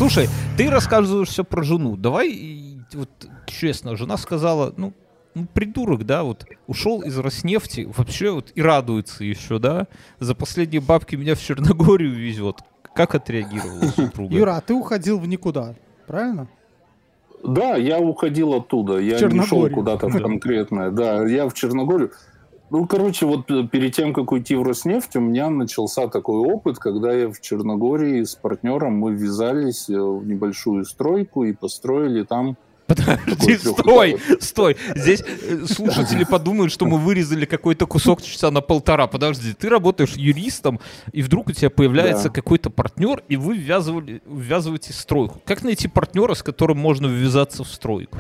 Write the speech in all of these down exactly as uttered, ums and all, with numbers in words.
Слушай, ты рассказываешь все про жену. Давай, вот честно, жена сказала, ну, ну, придурок, да, вот ушел из Роснефти, вообще вот и радуется еще, да, за последние бабки меня в Черногорию везет. Как отреагировала супруга? Юра, а ты уходил в никуда, правильно? Да, я уходил оттуда, я не шел куда-то в конкретное. Да, я в Черногорию. Ну, короче, вот перед тем, как уйти в Роснефть, у меня начался такой опыт, когда я в Черногории с партнером, мы ввязались в небольшую стройку и построили там... Подожди, стой, стой. Здесь слушатели подумают, что мы вырезали какой-то кусок часа на полтора. Подожди, ты работаешь юристом, и вдруг у тебя появляется да. какой-то партнер, и вы ввязывали, ввязываетесь в стройку. Как найти партнера, с которым можно ввязаться в стройку?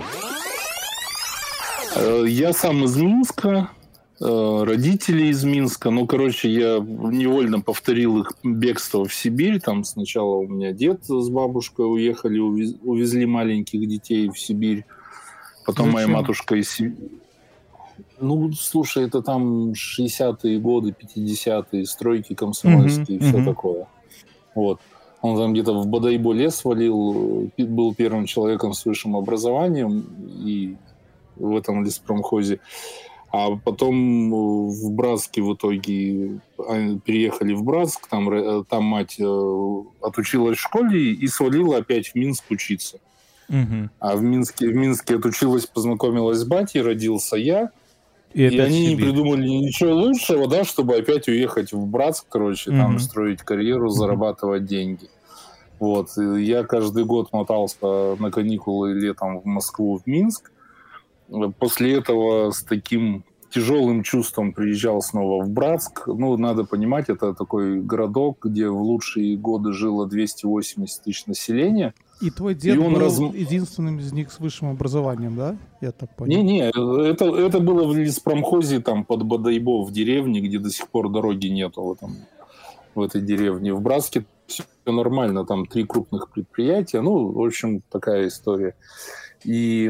Я сам из Минска, родители из Минска. Ну, короче, я невольно повторил их бегство в Сибирь. Там сначала у меня дед с бабушкой уехали, увезли маленьких детей в Сибирь. Потом Зачем? моя матушка из Сибири. Ну, слушай, это там шестидесятые годы, пятидесятые, стройки комсомольские, uh-huh, все uh-huh. такое. Вот. Он там где-то в Бодайбо свалил, был первым человеком с высшим образованием и в этом леспромхозе. А потом в Братске в итоге переехали в Братск, там, там мать отучилась в школе и свалила опять в Минск учиться. Угу. А в Минске, в Минске отучилась, познакомилась с батей, родился я. И, и они не придумали ничего лучшего, да, чтобы опять уехать в Братск, короче, угу. там строить карьеру, зарабатывать деньги. Вот. И я каждый год мотался на каникулы летом в Москву, в Минск. После этого с таким тяжелым чувством приезжал снова в Братск. Ну, надо понимать, это такой городок, где в лучшие годы жило двести восемьдесят тысяч населения. И твой дед и был раз... единственным из них с высшим образованием, да? Я так понял. Не-не, это, это было в леспромхозе там под Бодайбо в деревне, где до сих пор дороги нету в, этом, в этой деревне. В Братске все нормально, там три крупных предприятия. Ну, в общем, такая история. И...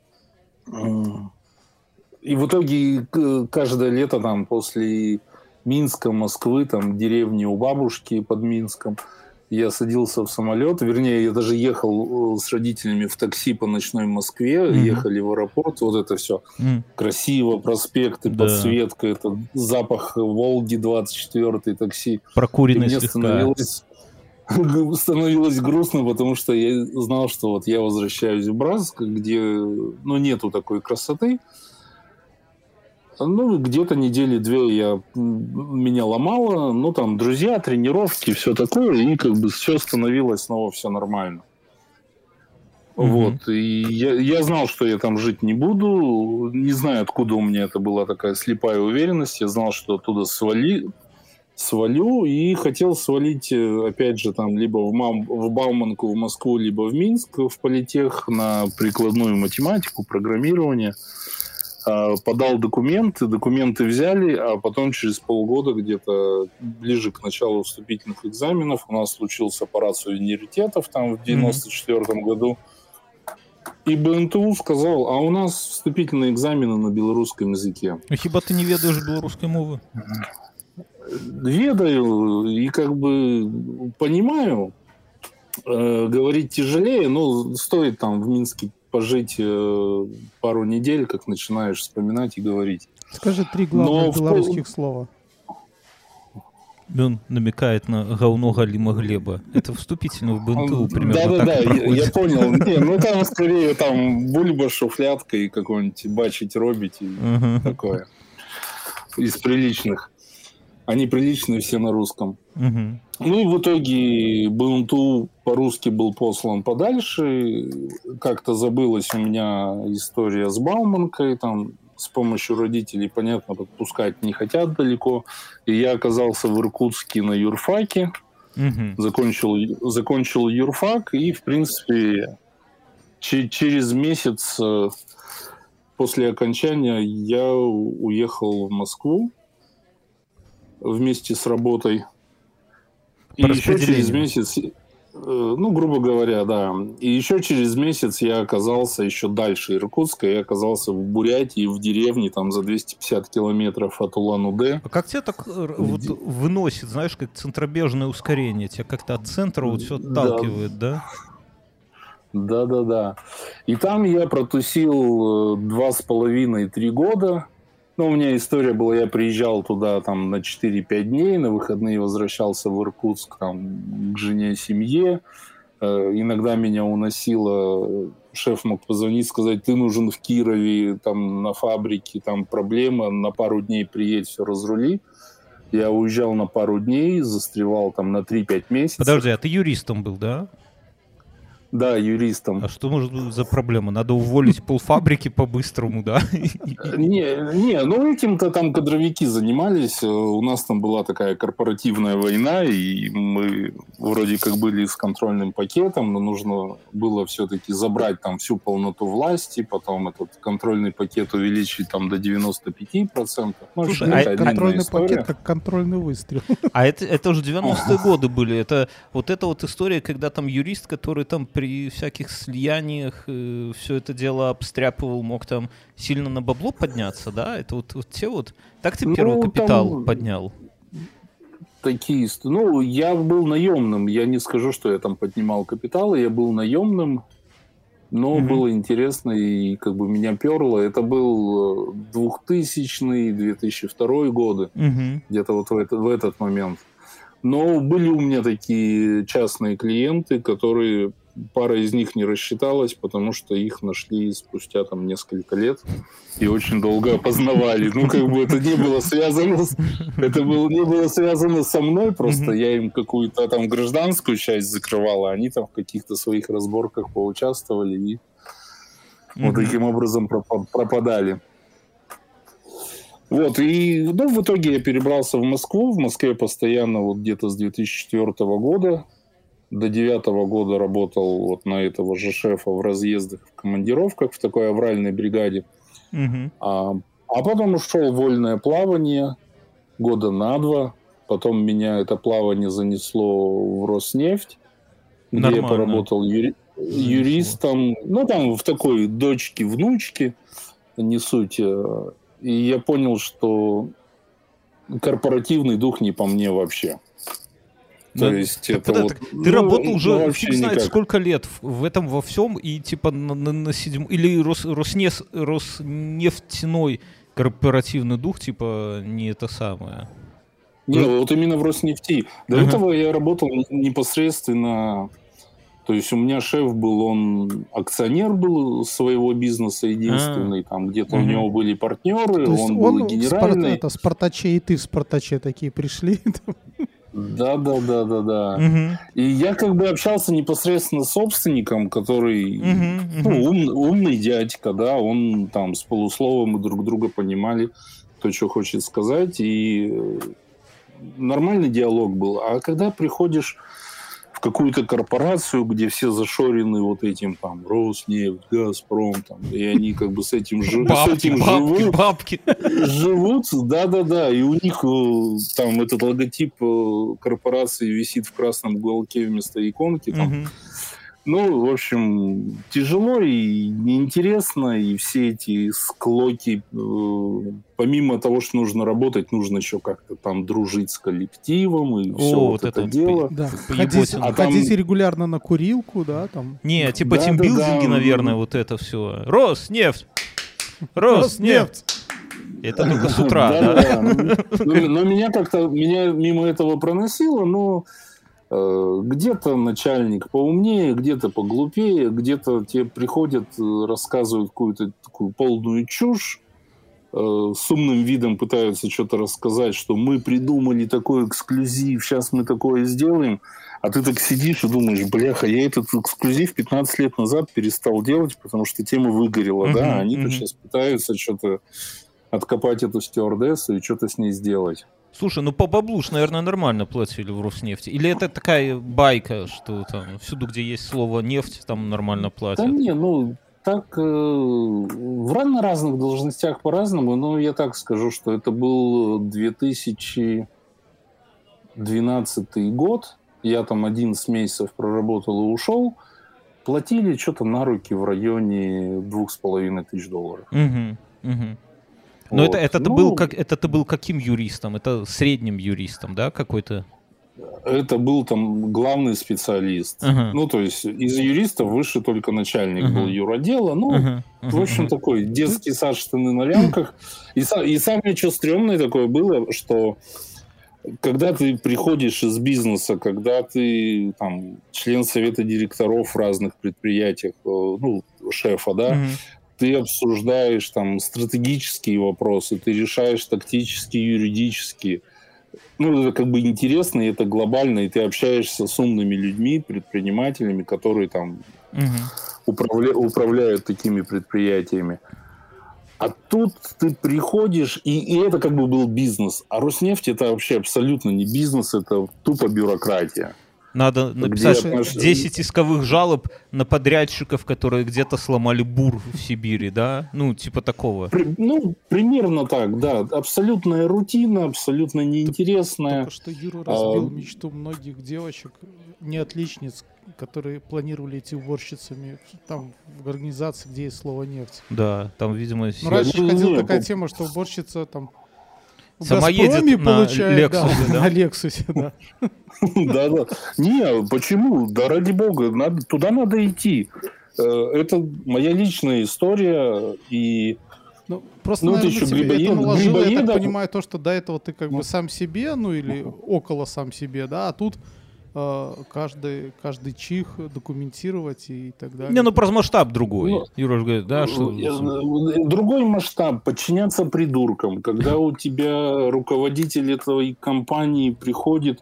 И в итоге каждое лето там после Минска, Москвы, там деревни у бабушки под Минском, я садился в самолет, вернее, я даже ехал с родителями в такси по ночной Москве, mm-hmm. ехали в аэропорт, вот это все mm. красиво, проспекты, да. подсветка, это запах Волги двадцать четвёртый такси. Прокуренный слегка. Становилось... становилось грустно, потому что я знал, что вот я возвращаюсь в Братск, где ну, нету такой красоты. Ну, где-то недели две я, меня ломало, ну, там, друзья, тренировки, все такое, и как бы все становилось снова все нормально. Mm-hmm. Вот, и я, я знал, что я там жить не буду, не знаю, откуда у меня это была такая слепая уверенность, я знал, что оттуда свали... свалю, и хотел свалить, опять же, там, либо в, Мам... в Бауманку, в Москву, либо в Минск, в политех, на прикладную математику, программирование. Подал документы, документы взяли, а потом через полгода, где-то ближе к началу вступительных экзаменов, у нас случился парад суверенитетов там в девяносто четвёртом году, и БНТУ сказал, а у нас вступительные экзамены на белорусском языке. А хіба ты не ведаешь белорусской мовы? Ведаю и как бы понимаю, э, говорить тяжелее, но стоит там в Минске пожить э, пару недель, как начинаешь вспоминать и говорить. Скажи три главных но белорусских в... слова. Он намекает на говно Галима Глеба. Это вступительно в БНТУ примерно да, так да, да, я, я понял. Не, ну там скорее там бульба, шуфлятка и какой-нибудь бачить, робить и uh-huh. такое. Из приличных. Они приличные все на русском. Uh-huh. Ну и в итоге БНТУ по-русски был послан подальше. Как-то забылась у меня история с Бауманкой. Там с помощью родителей, понятно, подпускать не хотят далеко. И я оказался в Иркутске на юрфаке. Uh-huh. Закончил, закончил юрфак. И, в принципе, ч- через месяц после окончания я уехал в Москву вместе с работой. И еще через месяц, ну, грубо говоря, да. И еще через месяц я оказался еще дальше Иркутска. Я оказался в Бурятии, в деревне, там за двести пятьдесят километров от Улан-Удэ. А как тебя так вот выносит, знаешь, как центробежное ускорение? Тебя как-то от центра вот все отталкивает, да? да? Да-да-да. И там я протусил два с половиной три года. Ну, у меня история была, я приезжал туда там на четыре-пять дней, на выходные возвращался в Иркутск там, к жене, семье. Иногда меня уносило, шеф мог позвонить, сказать, ты нужен в Кирове, там на фабрике, там проблема, на пару дней приедь, все разрули. Я уезжал на пару дней, застревал там на три-пять месяцев. Подожди, а ты юристом был, да? Да, юристом. А что может быть за проблема? Надо уволить полфабрики по-быстрому, да? Не, не, ну этим-то там кадровики занимались. У нас там была такая корпоративная война, и мы вроде как были с контрольным пакетом, но нужно было все-таки забрать там всю полноту власти, потом этот контрольный пакет увеличить там до девяносто пять процентов. Ну, слушай, а контрольный пакет как контрольный выстрел. А это, это уже девяностые годы были. Это вот эта вот история, когда там юрист, который там при всяких слияниях э, все это дело обстряпывал, мог там сильно на бабло подняться, да? Это вот, вот те вот... Так ты первый ну, капитал там... поднял? Такие... Ну, я был наемным. Я не скажу, что я там поднимал капитал. Я был наемным, но mm-hmm. было интересно, и как бы меня перло. Это был двухтысячный, две тысячи второй годы. Mm-hmm. Где-то вот в, это, в этот момент. Но были у меня такие частные клиенты, которые... Пара из них не рассчиталась, потому что их нашли спустя там несколько лет и очень долго опознавали. Ну, как бы это не было связано с... Это было, не было связано со мной, просто mm-hmm. я им какую-то там гражданскую часть закрывал, а они там в каких-то своих разборках поучаствовали и mm-hmm. вот таким образом пропадали. Вот, и ну, в итоге я перебрался в Москву. В Москве постоянно вот где-то с две тысячи четвёртого года до девятого года работал вот на этого же шефа в разъездах, в командировках, в такой авральной бригаде. Uh-huh. А, а потом ушел в вольное плавание года на два. Потом меня это плавание занесло в Роснефть, Нормально. где я поработал юри- юристом. Ну, там в такой дочке, внучке, не суть. И я понял, что корпоративный дух не по мне вообще. То ну, есть это это вот, ты ну, работал уже ну, фиг знает никак. Сколько лет в, в этом во всем, и типа на, на, на седьмом... Или Рос, Роснефть, Роснефтяной корпоративный дух, типа, не это самое? Не, ну, вот именно в Роснефти. До uh-huh. этого я работал непосредственно... То есть у меня шеф был, он акционер был своего бизнеса единственный, а, там где-то угу. у него были партнеры, он, он был генеральный. Это Спартаче и ты в Спартаче такие пришли. Да, да, да, да, да. Угу. И я как бы общался непосредственно с собственником, который угу, ну, ум, умный дядька, да, он там с полусловом мы друг друга понимали, то, что хочет сказать, и нормальный диалог был. А когда приходишь в какую-то корпорацию, где все зашорены вот этим там Роснефть, Газпром, там, и они как бы с этим, жи- бабки, с этим бабки, живут, бабки. живут, да-да-да, и у них там этот логотип корпорации висит в красном уголке вместо иконки, там. Угу. Ну, в общем, тяжело и неинтересно, и все эти склоки, э, помимо того, что нужно работать, нужно еще как-то там дружить с коллективом и О, все вот, вот это, это дело. Да. Ходить, а ходить там... регулярно на курилку, да, там. Не, типа да, тимбилдинги, да, да. наверное, вот это все. Роснефть! Роснефть! Это только с утра, да? Но меня как-то, меня мимо этого проносило, но... Где-то начальник поумнее, где-то поглупее, где-то тебе приходят, рассказывают какую-то такую полную чушь, с умным видом пытаются что-то рассказать, что мы придумали такой эксклюзив, сейчас мы такое сделаем, а ты так сидишь и думаешь, бляха, я этот эксклюзив пятнадцать лет назад перестал делать, потому что тема выгорела, uh-huh, да, они uh-huh. тут сейчас пытаются что-то откопать эту стюардессу и что-то с ней сделать. Слушай, ну по баблу ж, наверное, нормально платили в Роснефти. Или это такая байка, что там всюду, где есть слово нефть, там нормально платят? Да не, ну так э, в на разных должностях по-разному, но я так скажу, что это был две тысячи двенадцатый год, я там одиннадцать месяцев проработал и ушел, платили что-то на руки в районе двух с половиной тысяч долларов. Угу, угу. Но вот. это, это, ну, ты был как, это ты был каким юристом? Это средним юристом, да, какой-то? это был там главный специалист. Uh-huh. Ну, то есть из юристов выше только начальник uh-huh. был юротдела. Ну, uh-huh. Uh-huh. в общем, такой детский сад, штаны на лямках. И, и самое что стрёмное такое было, что когда ты приходишь из бизнеса, когда ты там член совета директоров в разных предприятиях, ну, шефа, да, uh-huh. ты обсуждаешь там стратегические вопросы, ты решаешь тактические, юридические. Ну, это как бы интересно, и это глобально, и ты общаешься с умными людьми, предпринимателями, которые там угу. управля... управляют такими предприятиями. А тут ты приходишь, и, и это как бы был бизнес. А Роснефть это вообще абсолютно не бизнес, это тупо бюрократия. Надо написать десять исковых жалоб на подрядчиков, которые где-то сломали бур в Сибири, да? Ну, типа такого. При, ну, примерно так, да. Абсолютная рутина, абсолютно неинтересная. Только что Юра разбил а... мечту многих девочек, не отличниц, которые планировали идти уборщицами там в организации, где есть слово «нефть». Да, там, видимо... Ну, раньше ну, ходила нет, такая нет. тема, что уборщица там... Сама едет на Лексусе, да? На Лексусе, да. Да-да. Не, почему? Да ради бога, надо, туда надо идти. Это моя личная история, и... Ну, просто, ну, наверное, тебе грибоед... это наложило, грибоедов... я так понимаю, то, что до этого ты как бы сам себе, ну, или около сам себе, да, а тут э, каждый, каждый чих документировать и так далее. Не, ну, просто масштаб другой. Ну, Юра говорит, да, что... Другой масштаб, подчиняться придуркам, когда у тебя руководитель этой компании приходит,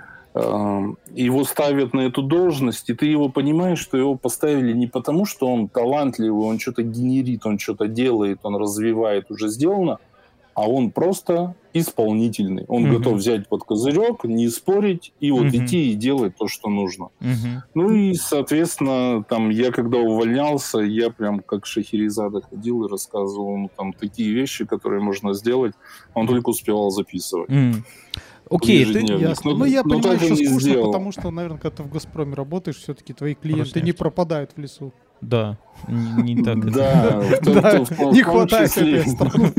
его ставят на эту должность, и ты его понимаешь, что его поставили не потому, что он талантливый, он что-то генерит, он что-то делает, он развивает, уже сделано, а он просто исполнительный. Он uh-huh. готов взять под козырек, не спорить, и вот uh-huh. идти и делать то, что нужно. Uh-huh. Ну и, соответственно, там я когда увольнялся, я прям как Шахерезада ходил и рассказывал ему там такие вещи, которые можно сделать, он только успевал записывать. Uh-huh. Окей, ты... Ясно. Ну, я понимаю, что скучно, сделал. Потому что, наверное, когда ты в «Газпроме» работаешь, все-таки твои клиенты Роснефть. Не пропадают в лесу. Да, не, не так. Да, не хватает этой страны.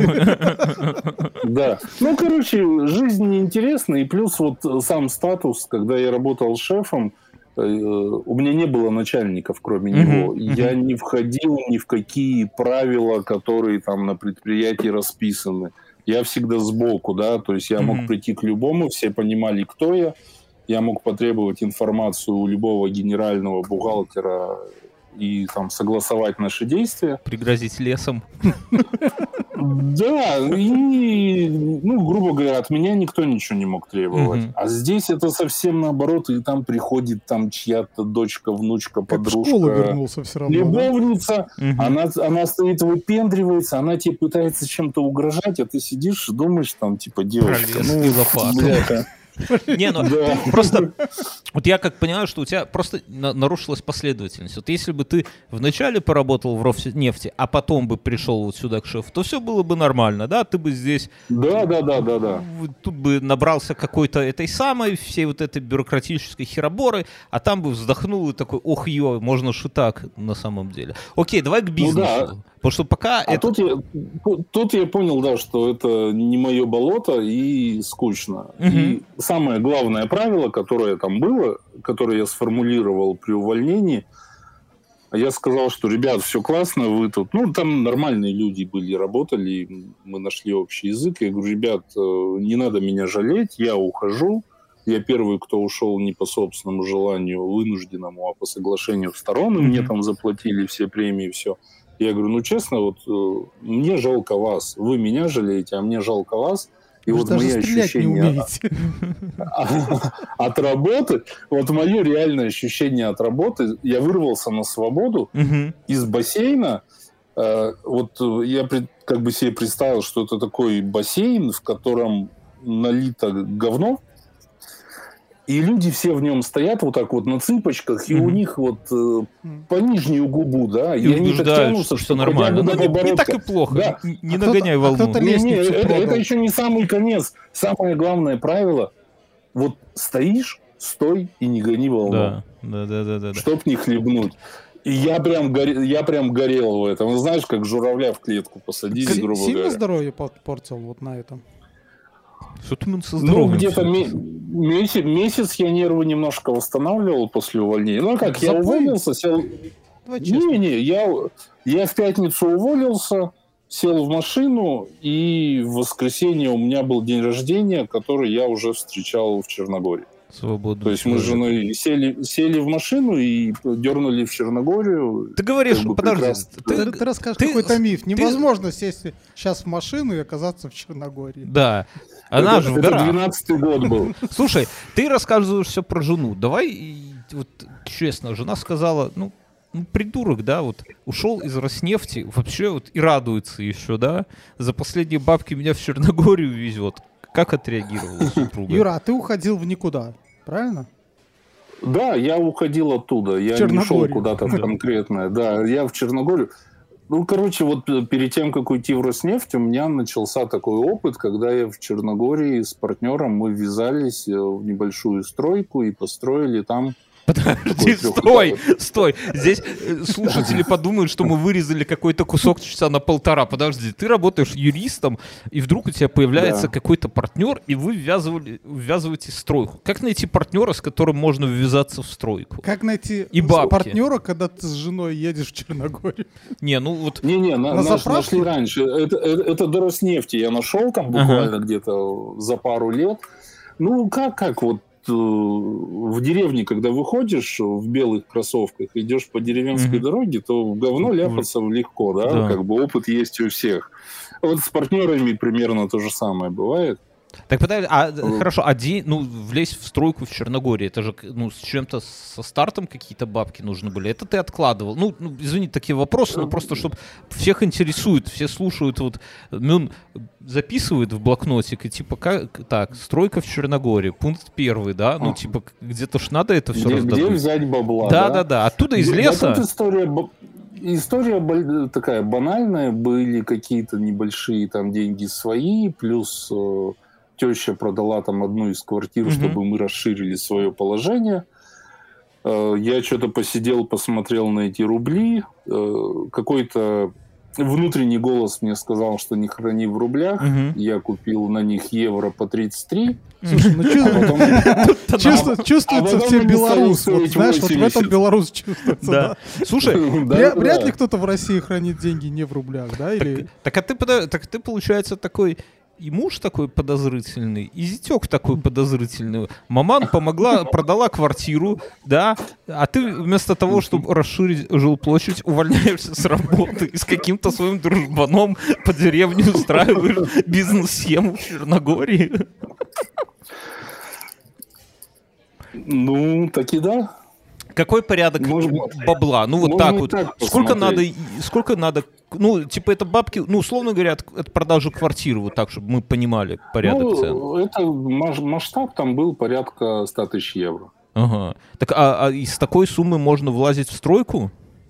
Да. Ну, короче, жизнь неинтересна, и плюс вот сам статус, когда я работал шефом, у меня не было начальников, кроме него. Я не входил ни в какие правила, которые там на предприятии расписаны. Я всегда сбоку, да, то есть я mm-hmm. мог прийти к любому, все понимали, кто я, я мог потребовать информацию у любого генерального бухгалтера и там согласовать наши действия. Пригрозить лесом. Да, и, ну, грубо говоря, от меня никто ничего не мог требовать. Mm-hmm. А здесь это совсем наоборот, и там приходит там чья-то дочка, внучка, как подружка. В школу вернулся все равно. Любовница, да? mm-hmm. она, она стоит, выпендривается, она тебе пытается чем-то угрожать, а ты сидишь и думаешь там, типа, девочка, ну, лопата. Не, ну да. Просто, вот я как понимаю, что у тебя просто на, нарушилась последовательность. Вот если бы ты вначале поработал в Роснефти, а потом бы пришел вот сюда к шефу, то все было бы нормально, да? Ты бы здесь... Да, да, да, да, да. Тут бы набрался какой-то этой самой, всей вот этой бюрократической хероборы, а там бы вздохнул и такой, ох, ё, можно ж и так на самом деле. Окей, давай к бизнесу. Ну, да. Потому что пока а это... тут, я, тут я понял, да, что это не мое болото и скучно. Угу. И самое главное правило, которое там было, которое я сформулировал при увольнении, я сказал, что, ребят, все классно, вы тут... Ну, там нормальные люди были, работали, мы нашли общий язык. Я говорю, ребят, не надо меня жалеть, я ухожу. Я первый, кто ушел не по собственному желанию, вынужденному, а по соглашению сторон. Mm-hmm. Мне там заплатили все премии, все. Я говорю, ну, честно, вот мне жалко вас. Вы меня жалеете, а мне жалко вас. И вы вот мои ощущения от работы, вот мое реальное ощущение от работы, я вырвался на свободу угу. из бассейна. Вот я как бы себе представил, что это такой бассейн, в котором налито говно, и люди все в нем стоят вот так вот на цыпочках, и mm-hmm. у них вот э, по нижнюю губу, да, и, и они так тянутся, что нормально. Но не, не так и плохо, да. не, не а нагоняй волну. А не, не, это, это еще не самый конец. Самое главное правило, вот стоишь, стой и не гони волну. Да, да, да, да, да. Чтоб не хлебнуть. И я прям, горе, я прям горел в этом. Знаешь, как журавля в клетку посадили, К- грубо сильно говоря. Здоровье подпортил вот на этом? Что ты со здоровьем? Ну, где-то, месяц, месяц я нервы немножко восстанавливал после увольнения. Ну, как, я уволился, сел... Не-не, я, я в пятницу уволился, сел в машину, и в воскресенье у меня был день рождения, который я уже встречал в Черногории. Свободу. То есть мы с женой сели, сели в машину и дернули в Черногорию. Ты говоришь, как бы подожди. Прекрасно. Ты, ты расскажешь ты, какой-то миф. Невозможно ты... сесть сейчас в машину и оказаться в Черногории. Да. Она это, же в это горах. двенадцатый год был. Слушай, ты рассказываешь все про жену. Давай, вот честно, жена сказала, ну, ну, придурок, да, вот ушел из Роснефти, вообще вот и радуется еще, да, за последние бабки меня в Черногорию везет. Как отреагировала супруга? Юра, а ты уходил в никуда, правильно? Да, я уходил оттуда, я не шел куда-то в конкретное. Да, я в Черногорию. Ну, короче, вот перед тем, как уйти в Роснефть, у меня начался такой опыт, когда я в Черногории с партнером, мы ввязались в небольшую стройку и построили там... Подожди, стой, стой. Здесь слушатели подумают, что мы вырезали какой-то кусок часа на полтора. Подожди, ты работаешь юристом, и вдруг у тебя появляется да. какой-то партнер, и вы ввязывали, ввязываетесь в стройку. Как найти партнера, с которым можно ввязаться в стройку? Как найти и партнера, когда ты с женой едешь в Черногорию? Не, ну вот... Не-не, на, на наш, нашли раньше. Это, это, это до Роснефти я нашел там буквально ага. где-то за пару лет. Ну, как, как вот в деревне, когда выходишь в белых кроссовках, идешь по деревенской mm-hmm. дороге, то в говно ляпаться легко, да? да, как бы опыт есть у всех. Вот с партнерами примерно то же самое бывает. Так подожди, а uh, хорошо, а день, ну, влезть в стройку в Черногории, это же, ну, с чем-то, со стартом какие-то бабки нужны были, это ты откладывал? Ну, ну извини, такие вопросы, но просто, чтобы всех интересует, все слушают, вот, ну, записывают в блокнотик, и типа, как, так, стройка в Черногории, пункт первый, да, ну, типа, где-то ж надо это все где, раздобыть. Где взять бабла, да? Да, да, да, оттуда из леса... Тут история... История такая банальная, были какие-то небольшие там деньги свои, плюс... Теща продала там одну из квартир, mm-hmm. чтобы мы расширили свое положение. Я что-то посидел, посмотрел на эти рубли. Какой-то внутренний голос мне сказал, что не храни в рублях. Mm-hmm. Я купил на них евро по тридцать три. Слушай, ну чувствуется все белорус. Знаешь, вот в этом белорус чувствуется. Слушай, вряд ли кто-то в России хранит деньги не в рублях, да? Так а ты, получается, такой... И муж такой подозрительный, и зятек такой подозрительный. Маман помогла, продала квартиру, да, а ты вместо того, чтобы расширить жилплощадь, увольняешься с работы и с каким-то своим дружбаном по деревне устраиваешь бизнес-схему в Черногории. Ну, так и да. Какой порядок Может, бабла? Ну, вот так вот. Так сколько надо, сколько надо, ну, типа, это бабки, ну, условно говоря, от, от продажи квартиры, вот так, чтобы мы понимали порядок ну, цен. Это масштаб там был порядка сто тысяч евро. Ага. Так, а, а из такой суммы можно влазить в стройку?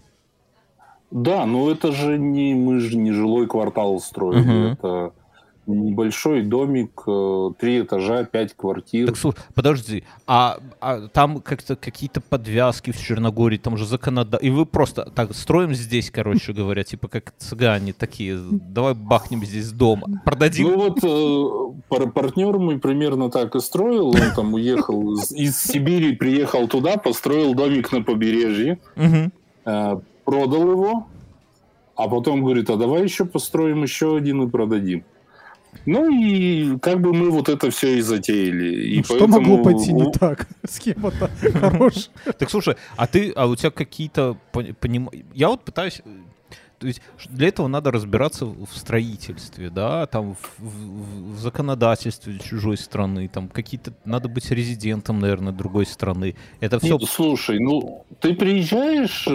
Да, но это же не, мы же не жилой квартал строили, uh-huh. это... Небольшой домик, три этажа, пять квартир. Так, слушай, подожди, а, а там как-то какие-то подвязки в Черногории, там же законодательство. И вы просто так строим здесь, короче говоря, типа как цыгане такие, давай бахнем здесь дом, продадим. Ну вот э, партнер мой примерно так и строил, он там уехал из, из Сибири, приехал туда, построил домик на побережье, угу. э, продал его, а потом говорит, а давай еще построим еще один и продадим. Ну и как бы мы вот это все и затеяли. И ну, поэтому... Что могло пойти не так? Схема-то хорошая. Так слушай, а ты, а у тебя какие-то понимания... Я вот пытаюсь... То есть для этого надо разбираться в строительстве, да, там в, в, в законодательстве чужой страны, там какие-то... Надо быть резидентом, наверное, другой страны. Это все... Нет, слушай, ну ты приезжаешь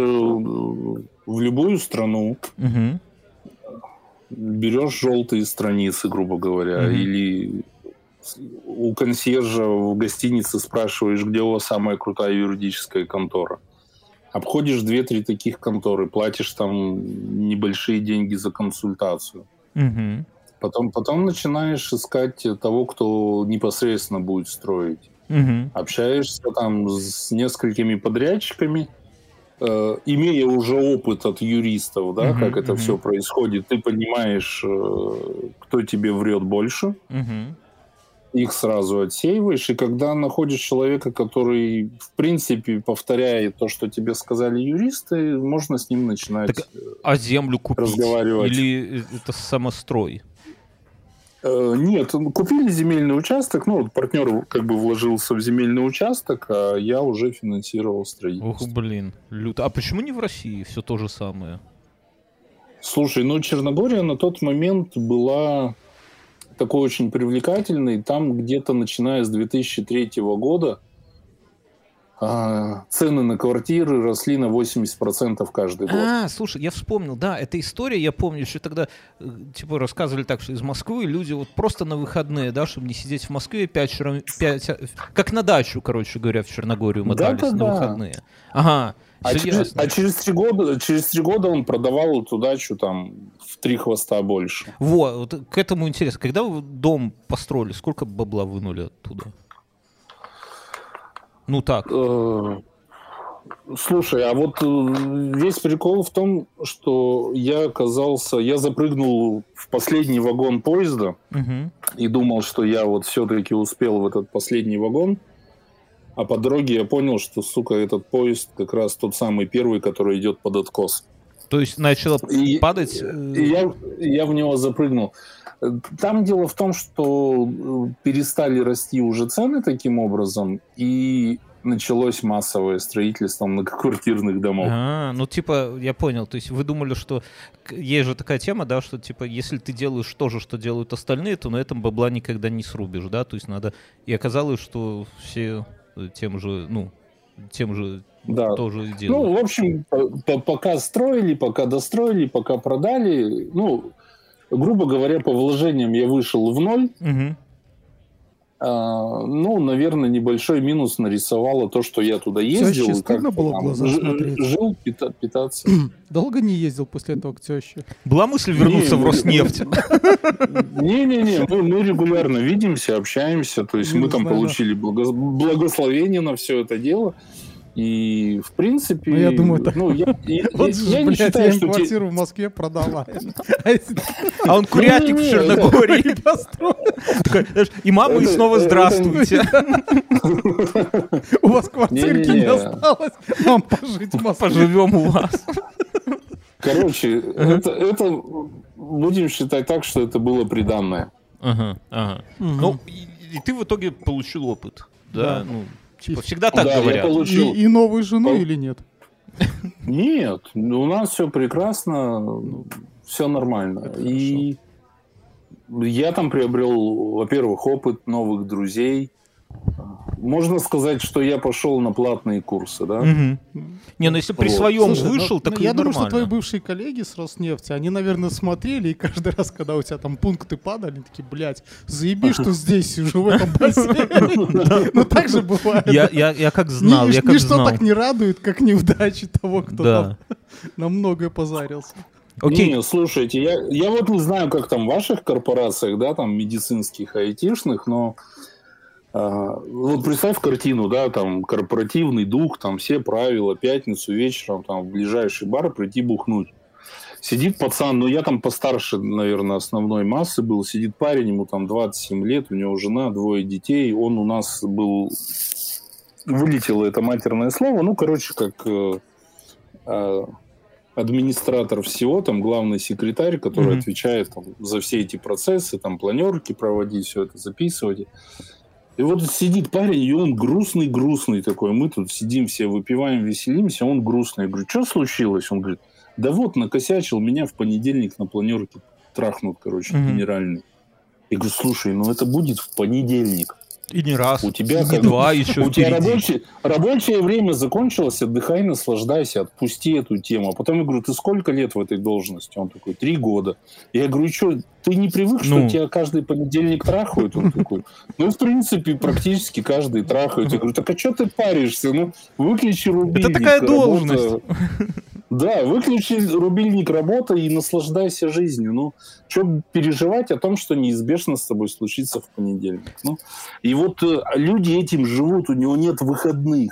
в любую страну, угу. берешь желтые страницы, грубо говоря, mm-hmm. или у консьержа в гостинице спрашиваешь, где у вас самая крутая юридическая контора. Обходишь две-три таких конторы, платишь там небольшие деньги за консультацию. Mm-hmm. Потом, потом начинаешь искать того, кто непосредственно будет строить. Mm-hmm. Общаешься там с несколькими подрядчиками, Э, имея уже опыт от юристов, да, uh-huh, как это uh-huh. все происходит, ты понимаешь, э, кто тебе врет больше. Uh-huh. их сразу отсеиваешь, и когда находишь человека, который, в принципе, повторяет то, что тебе сказали юристы, можно с ним начинать так, а землю купить разговаривать. Или это самострой? Нет, купили земельный участок, ну, вот партнер как бы вложился в земельный участок, а я уже финансировал строительство. Ох, блин, люто. А почему не в России все то же самое? Слушай, ну, Черногория на тот момент была такой очень привлекательной. Там где-то начиная с две тысячи третьего года А, цены на квартиры росли на восемьдесят процентов каждый год. А, слушай, я вспомнил, да, эта история, я помню, что тогда типа рассказывали так, что из Москвы люди вот просто на выходные, да, чтобы не сидеть в Москве, пять, пять, как на дачу, короче говоря, в Черногорию мотались да, да, на да. выходные. Ага. А через, а через три года, через три года он продавал эту дачу там в три хвоста больше. Во, вот к этому интересно. Когда вы дом построили, сколько бабла вынули оттуда? Ну так. Слушай, а вот весь прикол в том, что я оказался, я запрыгнул в последний вагон поезда угу. и думал, что я вот все-таки успел в этот последний вагон, а по дороге я понял, что, сука, этот поезд как раз тот самый первый, который идет под откос. То есть начало и, падать? И я, я в него запрыгнул. Там дело в том, что перестали расти уже цены таким образом, и началось массовое строительство многоквартирных домов. А, ну типа, я понял, то есть вы думали, что есть же такая тема, да, что типа, если ты делаешь то же, что делают остальные, то на этом бабла никогда не срубишь, да, то есть надо... И оказалось, что все тем же, ну, тем же да. тоже делают. Ну, в общем, пока строили, пока достроили, пока продали, ну... Грубо говоря, по вложениям я вышел в ноль. Угу. А, ну, наверное, небольшой минус нарисовало то, что я туда ездил. Теще стыдно было в глаза ж- смотреть? Жил, пита- питаться. Долго не ездил после этого к теще? Была мысль вернуться не, в Роснефть? Не-не-не, мы, мы регулярно видимся, общаемся. То есть не мы там знаю, получили да. благо- благословение на все это дело. И, в принципе... Ну, я думаю, так... Ну, я, я, вот я, же, я блядь, не считаю, я им что... квартиру те... в Москве продала. А он курятник в Черногории. И мама, и снова здравствуйте. У вас квартирки не осталось. Нам пожить в Москве. Поживем у вас. Короче, это будем считать так, что это было приданное. Ага, ага. Ну, и ты в итоге получил опыт, да? Ну, типа, всегда так да, говорят. Получил... И, и новую жену Пол... или нет? Нет, у нас все прекрасно, все нормально. И я там приобрел, во-первых, опыт, новых друзей. Можно сказать, что я пошел на платные курсы, да? Угу. Не, ну если при вот. своем Слушай, вышел, ну, так ну, я нормально. думаю, что твои бывшие коллеги с Роснефти, они, наверное, смотрели, и каждый раз, когда у тебя там пункты падали, они такие, блядь, заеби, что здесь сижу в этом бассейне. Ну так же бывает. Я как знал, я как знал. Ничто так не радует, как неудачи того, кто там на многое позарился. Окей. Не, слушайте, я, я вот не знаю, как там в ваших корпорациях, да, там медицинских, айтишных, но а, вот представь картину, да, там корпоративный дух, там все правила, пятницу вечером там в ближайший бар прийти бухнуть. Сидит пацан, ну я там постарше, наверное, основной массы был, сидит парень, ему там двадцать семь лет, у него жена, двое детей, он у нас был, вылетело это матерное слово, ну, короче, как... Э, э, администратор всего, там главный секретарь, который mm-hmm. отвечает там, за все эти процессы, там планерки проводить, все это записывать. И вот сидит парень, и он грустный-грустный такой. Мы тут сидим все, выпиваем, веселимся, он грустный. Я говорю, что случилось? Он говорит, да вот, накосячил, меня в понедельник на планерке трахнут, короче, mm-hmm. генеральный. Я говорю, слушай, ну это будет в понедельник. И не раз, у тебя, и не как, два еще У тебя рабочее, рабочее время закончилось, отдыхай, наслаждайся, отпусти эту тему. А потом я говорю, ты сколько лет в этой должности? Он такой, три года. Я говорю, что, ты не привык, что ну. тебя каждый понедельник трахают? Он такой, ну, в принципе, практически каждый трахают. Я говорю, так а что ты паришься? Ну, выключи рубильник. Это такая должность. Работа. Да, выключи рубильник, работа и наслаждайся жизнью. Ну, что переживать о том, что неизбежно с тобой случится в понедельник. Ну, и вот э, люди этим живут, у него нет выходных.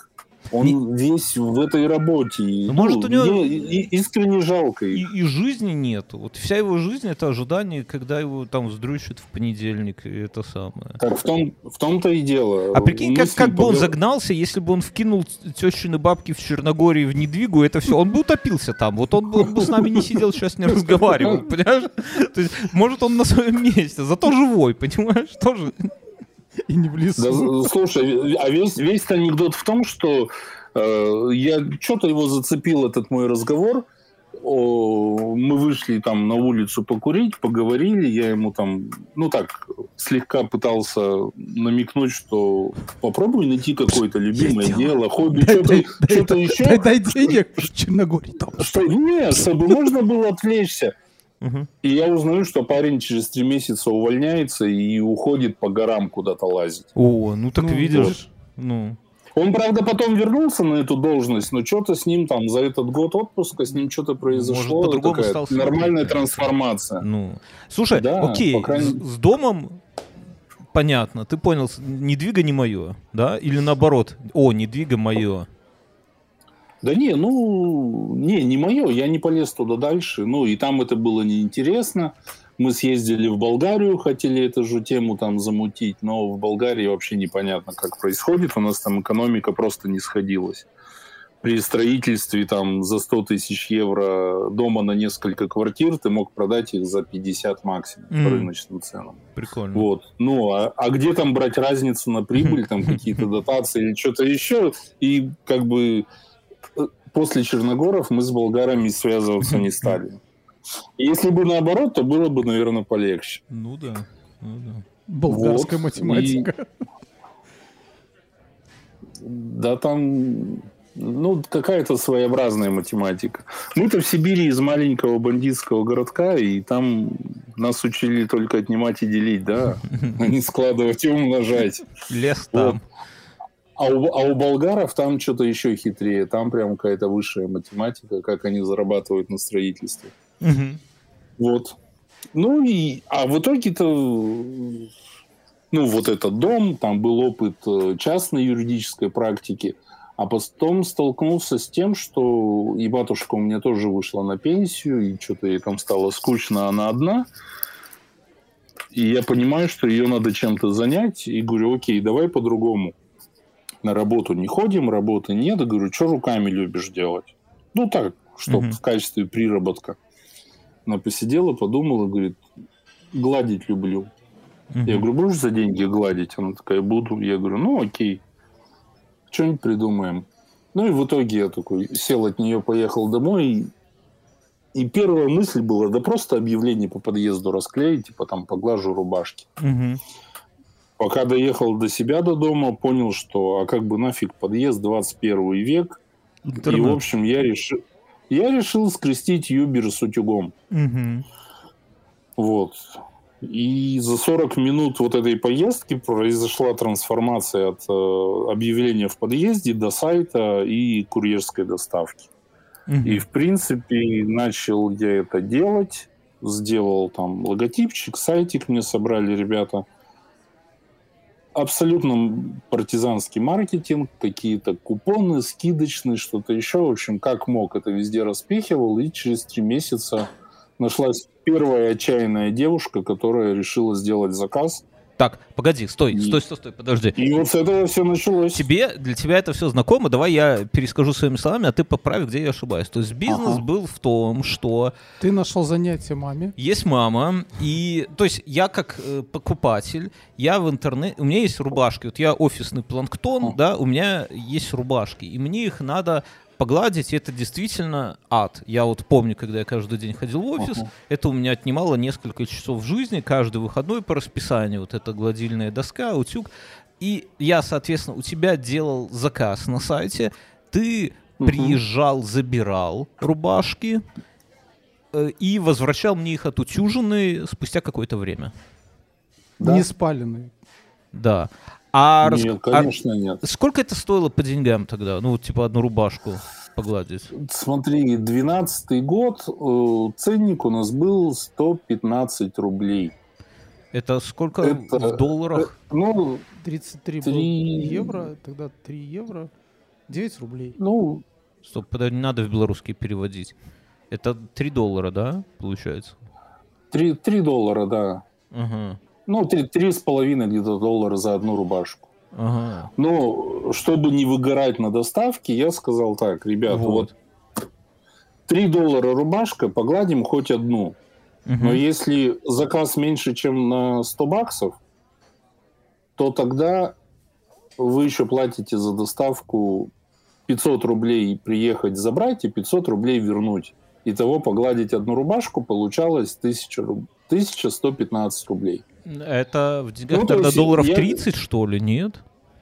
Он не... весь в этой работе. Ну, может, у него искренне жалко. И, и жизни нету. Вот вся его жизнь — это ожидание, когда его там сдрючат в понедельник, и это самое. Так в, том, в том-то и дело. А прикинь, как, как бы он загнался, если бы он вкинул тещины бабки в Черногории в Недвигу, это все, он бы утопился там. Вот он бы, он бы с нами не сидел, сейчас не разговаривал, понимаешь? То есть, может, он на своем месте, зато живой, понимаешь? Тоже... И не в лесу. Да, слушай, а весь, весь анекдот в том, что э, я что-то его зацепил, этот мой разговор. О, мы вышли там на улицу покурить, поговорили, я ему там, ну так, слегка пытался намекнуть, что попробуй найти какое-то любимое дело, хобби, что-то, что-то еще. Дай, дай денег в Черногории. Что, нет, чтобы можно было отвлечься. Uh-huh. И я узнаю, что парень через три месяца увольняется и уходит по горам куда-то лазить. О, ну так ну, видишь. Вот. Ну. Он, правда, потом вернулся на эту должность, но что-то с ним там за этот год отпуска с ним что-то произошло. Может, по-другому стал нормальная смотреть, трансформация. Ну. Слушай, да, окей, крайней... с, с домом понятно, ты понял, Недвига не мое, да? Или наоборот, о, Недвига мое. Да не, ну, не, не мое, я не полез туда дальше, ну, и там это было неинтересно. Мы съездили в Болгарию, хотели эту же тему там замутить, но в Болгарии вообще непонятно, как происходит, у нас там экономика просто не сходилась. При строительстве там за сто тысяч евро дома на несколько квартир ты мог продать их за пятьдесят максимум mm. по рыночным ценам. Прикольно. Вот. Ну, а, а где там брать разницу на прибыль, там какие-то дотации или что-то еще, и как бы... После Черногоров мы с болгарами связываться не стали. Если бы наоборот, то было бы, наверное, полегче. Ну да. Ну, да. Болгарская вот. математика. И... Да там, ну, какая-то своеобразная математика. Мы-то в Сибири из маленького бандитского городка, и там нас учили только отнимать и делить, да, а не складывать и умножать. Лес там. А у, а у болгаров там что-то еще хитрее. Там прям какая-то высшая математика, как они зарабатывают на строительстве. Угу. Вот. Ну и... А в итоге-то... Ну, вот этот дом, там был опыт частной юридической практики. А потом столкнулся с тем, что и батюшка у меня тоже вышла на пенсию, и что-то ей там стало скучно, она одна. И я понимаю, что ее надо чем-то занять. И говорю, окей, давай по-другому. На работу не ходим, работы нет. Я говорю, что руками любишь делать? Ну так, чтобы uh-huh. в качестве приработка. Она посидела, подумала, говорит, гладить люблю. Uh-huh. Я говорю, будешь за деньги гладить? Она такая, буду. Я говорю, ну окей, что-нибудь придумаем. Ну и в итоге я такой сел от нее, поехал домой. И, и первая мысль была, да просто объявление по подъезду расклеить, типа там поглажу рубашки. Uh-huh. Пока доехал до себя, до дома, понял, что а как бы нафиг подъезд, двадцать первый век. Интернет. И, в общем, я решил, я решил скрестить Юбер с утюгом. Угу. Вот. И за сорок минут вот этой поездки произошла трансформация от э, объявления в подъезде до сайта и курьерской доставки. Угу. И, в принципе, начал я это делать. Сделал там логотипчик, сайтик мне собрали ребята. Абсолютно партизанский маркетинг, какие-то купоны, скидочные, что-то еще. В общем, как мог, это везде распихивал. И через три месяца нашлась первая отчаянная девушка, которая решила сделать заказ. Так, погоди, стой, и... стой, стой, стой, подожди. И вот с этого все началось. Тебе, для тебя это все знакомо, давай я перескажу своими словами, а ты поправь, где я ошибаюсь. То есть бизнес ага. был в том, что... Ты нашел занятие маме. Есть мама, и... То есть я как э, покупатель, я в интернете... У меня есть рубашки, вот я офисный планктон, ага. да, у меня есть рубашки, и мне их надо... погладить, это действительно ад. Я вот помню, когда я каждый день ходил в офис, uh-huh. это у меня отнимало несколько часов жизни, каждый выходной по расписанию. Вот эта гладильная доска, утюг. И я, соответственно, у тебя делал заказ на сайте, ты uh-huh. приезжал, забирал рубашки э, и возвращал мне их отутюженные спустя какое-то время. Да? Не спаленные. Да. А нет, рас... конечно, а нет. Сколько это стоило по деньгам тогда? Ну, типа одну рубашку погладить. Смотри, двенадцатый год, э, ценник у нас был сто пятнадцать рублей. Это сколько это, в долларах? Э, ну, тридцать три три... евро, тогда три евро. девять рублей. Ну... Стоп, подожди, не надо в белорусский переводить. Это три доллара, да, получается? три, три доллара, да. Ага. Ну, три с половиной где-то доллара за одну рубашку. Ага. Но, чтобы не выгорать на доставке, я сказал так, ребят, вот, вот три доллара рубашка, погладим хоть одну. Угу. Но если заказ меньше, чем на сто баксов, то тогда вы еще платите за доставку пятьсот рублей приехать забрать и пятьсот рублей вернуть. Итого погладить одну рубашку получалось тысяча сто пятнадцать рублей. Это в деньгах ну, тогда долларов я... тридцать, что ли, нет?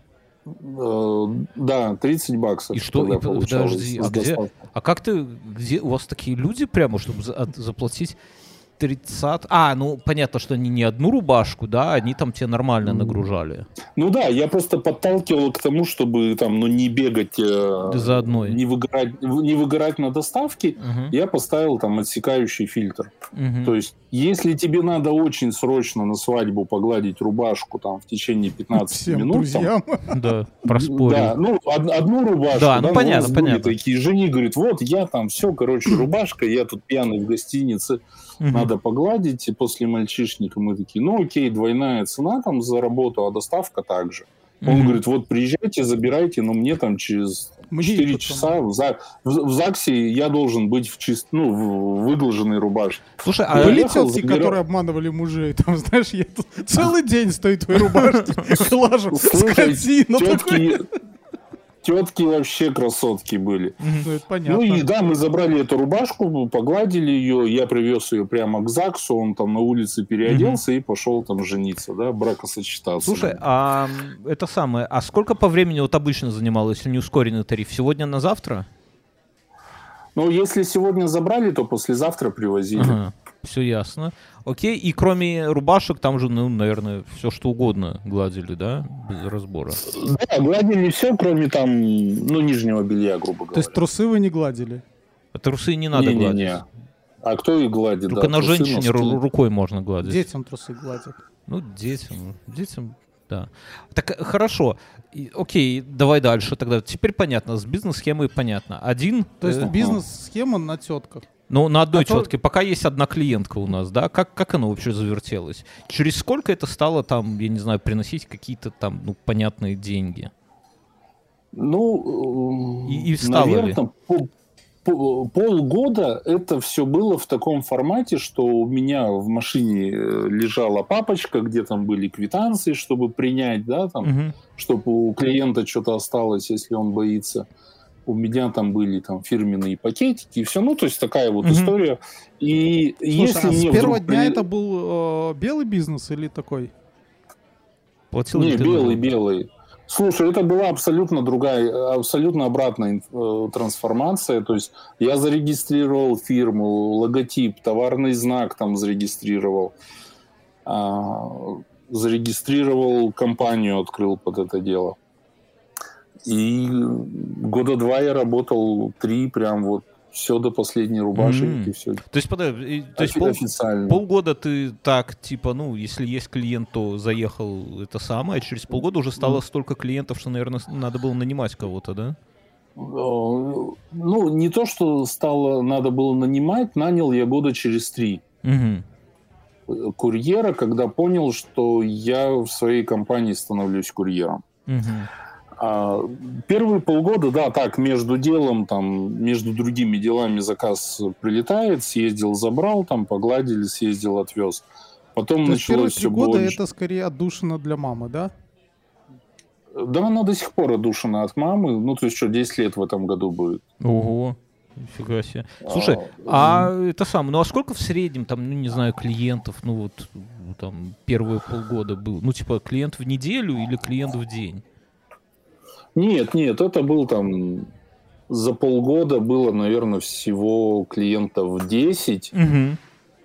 Да, тридцать баксов. И что? И, подожди, а, где, а как ты, где у вас такие люди прямо, чтобы за, заплатить тридцать? А, ну понятно, что они не одну рубашку, да, они там тебе нормально нагружали. Ну да, я просто подталкивал к тому, чтобы там, ну не бегать, за одной, не выгорать, не выгорать на доставке. Uh-huh. Я поставил там отсекающий фильтр. Uh-huh. То есть, если тебе надо очень срочно на свадьбу погладить рубашку там в течение пятнадцати минут, там, да, проспорил. Да, ну од- одну рубашку. Да, ну да, понятно, понятно. Такие жени говорит, вот я там все, короче, рубашка, я тут пьяный в гостинице. Uh-huh. Надо погладить, и после мальчишника мы такие, ну окей, двойная цена там за работу, а доставка также. Uh-huh. Он говорит, вот приезжайте, забирайте, но мне там через четыре часа в, ЗАГ, в, в ЗАГСе я должен быть в, чист, ну, в выглаженной рубашке. Слушай, а были тетки, забира... которые обманывали мужей? Там, знаешь, я тут целый день стою в твоей рубашке, глажу, скотину такой. Тетки вообще красотки были. Ну, это понятно. Ну и да, мы забрали эту рубашку, погладили ее, я привез ее прямо к ЗАГСу, он там на улице переоделся mm-hmm. и пошел там жениться, да, бракосочетаться. Слушай, а это самое, а сколько по времени вот обычно занимало, если не ускоренный тариф? Сегодня на завтра? Ну, если сегодня забрали, то послезавтра привозили. Ага, все ясно. Окей, и кроме рубашек там же, ну, наверное, все что угодно гладили, да, без разбора? Да, гладили все, кроме там, ну, нижнего белья, грубо говоря. То есть трусы вы не гладили? А трусы не надо не, гладить? Не, не. А кто их гладит? Только да, на женщине носки. Рукой можно гладить. Детям трусы гладят. Ну, детям, детям... Да. Так, хорошо. И, окей, давай дальше тогда. Теперь понятно, с бизнес-схемой понятно. Один... То есть э... бизнес-схема на тетках? Ну, на одной а тетке. То... Пока есть одна клиентка у нас, да? Как, как оно вообще завертелось? Через сколько это стало там, я не знаю, приносить какие-то там, ну, понятные деньги? Ну, и, и встало наверное, ли? По, по, полгода это все было в таком формате, что у меня в машине лежала папочка, где там были квитанции, чтобы принять, да, там, угу. чтобы у клиента что-то осталось, если он боится. У меня там были там фирменные пакетики и все, ну, то есть такая вот mm-hmm. история. И Слушай, если а мне с первого вдруг... дня это был э, белый бизнес или такой? Платил Не, белый, белый. Слушай, это была абсолютно другая, абсолютно обратная э, трансформация. То есть я зарегистрировал фирму, логотип, товарный знак там зарегистрировал, э, зарегистрировал компанию, открыл под это дело. И года два я работал, три, прям вот все до последней рубашки. Mm-hmm. И все. То есть, подожди, то есть пол, полгода ты так, типа, ну, если есть клиент, то заехал это самое, а через полгода уже стало mm-hmm. столько клиентов, что, наверное, надо было нанимать кого-то, да? Ну, не то, что стало, надо было нанимать, нанял я года через три. Mm-hmm. Курьера, когда понял, что я в своей компании становлюсь курьером. Mm-hmm. Первые полгода, да, так, между делом, там, между другими делами заказ прилетает, съездил, забрал, там, погладили, съездил, отвез. Потом то началось все больше. больше. Это скорее отдушина для мамы, да? Да, она до сих пор отдушина от мамы. Ну, то есть, что, десять лет в этом году будет. Ого, нифига себе. Слушай, а, а это сам, ну, а сколько в среднем, там, ну, не знаю, клиентов, ну, вот, там, первые полгода был? Ну, типа, клиент в неделю или клиент в день? Нет, нет, это был там за полгода было, наверное, всего клиентов десять, угу.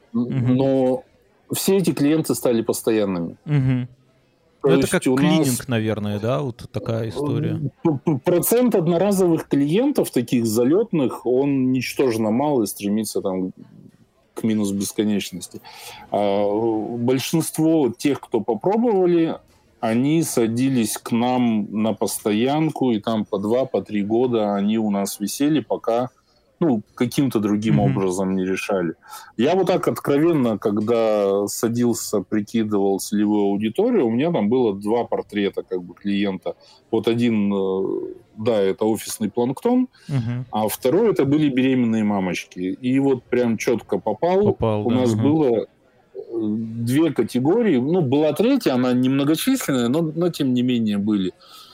но все эти клиенты стали постоянными. Угу. Ну, это как клининг, нас... наверное, да, вот такая история. Процент одноразовых клиентов, таких залетных, он ничтожно мал и стремится там к минус бесконечности. А большинство тех, кто попробовали, они садились к нам на постоянку, и там по два, по три года они у нас висели, пока ну, каким-то другим mm-hmm. образом не решали. Я вот так откровенно, когда садился, прикидывал целевую аудиторию, у меня там было два портрета как бы клиента. Вот один, да, это офисный планктон, mm-hmm. а второй это были беременные мамочки. И вот прям четко попал. попал у да, нас mm-hmm. было две категории. Ну, была третья, она немногочисленная, но, но тем не менее были.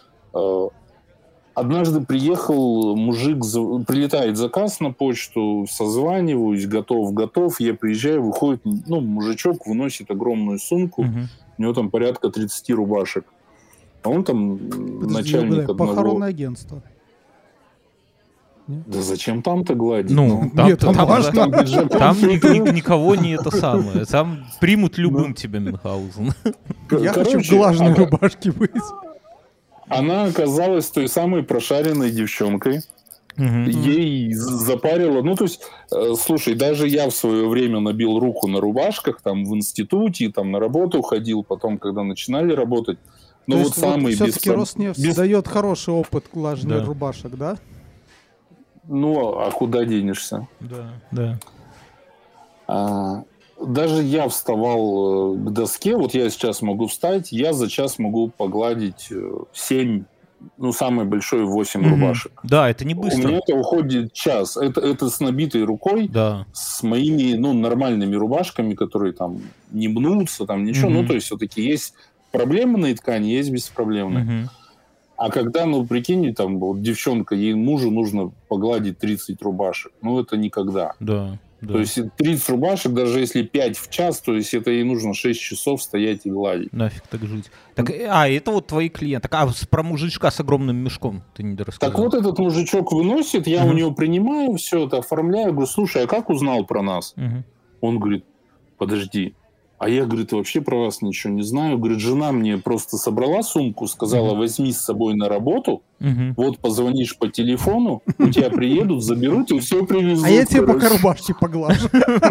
Однажды приехал мужик, прилетает заказ на почту, созваниваюсь, готов, готов. Я приезжаю, выходит, ну, мужичок выносит огромную сумку, угу. у него там порядка тридцать рубашек. А он там Подожди, начальник одного... Похоронное агентство. Нет? Да зачем там-то гладить? Ну, там, Нет, там, там, там, там, там ни, никого не это самое. Там примут любым тебя Мюнхгаузен. Я хочу в глажной рубашке быть. Она оказалась той самой прошаренной девчонкой. Uh-huh. Ей запарило... Ну, то есть, э, слушай, даже я в свое время набил руку на рубашках, там, в институте, там, на работу ходил, потом, когда начинали работать. Но то вот есть, самый... Вот все-таки без... Роснефть без... дает хороший опыт глаженных да. рубашек, да? Ну, а куда денешься? Да, да. А... Даже я вставал к доске, вот я сейчас могу встать, я за час могу погладить семь, ну, самое большое восемь mm-hmm. рубашек. Да, это не быстро. У меня это уходит час. Это, это с набитой рукой, да. с моими, ну, нормальными рубашками, которые там не мнутся, там ничего. Mm-hmm. Ну, то есть все-таки есть проблемные ткани, есть беспроблемные. Mm-hmm. А когда, ну, прикинь, там, вот девчонка, ей мужу нужно погладить тридцать рубашек, ну, это никогда. Да. Да. То есть тридцать рубашек, даже если пять в час, то есть это ей нужно шесть часов стоять и гладить. Нафиг так жить. Так, а, это вот твои клиенты. Так, а про мужичка с огромным мешком ты не рассказал. Так вот этот мужичок выносит, я uh-huh. у него принимаю все это, оформляю. Говорю, слушай, а как узнал про нас? Uh-huh. Он говорит, подожди. А я, говорит, вообще про вас ничего не знаю. Говорит, жена мне просто собрала сумку, сказала, uh-huh. возьми с собой на работу, uh-huh. вот позвонишь по телефону, у тебя приедут, заберут и все привезут. А я тебе пока рубашки поглажу.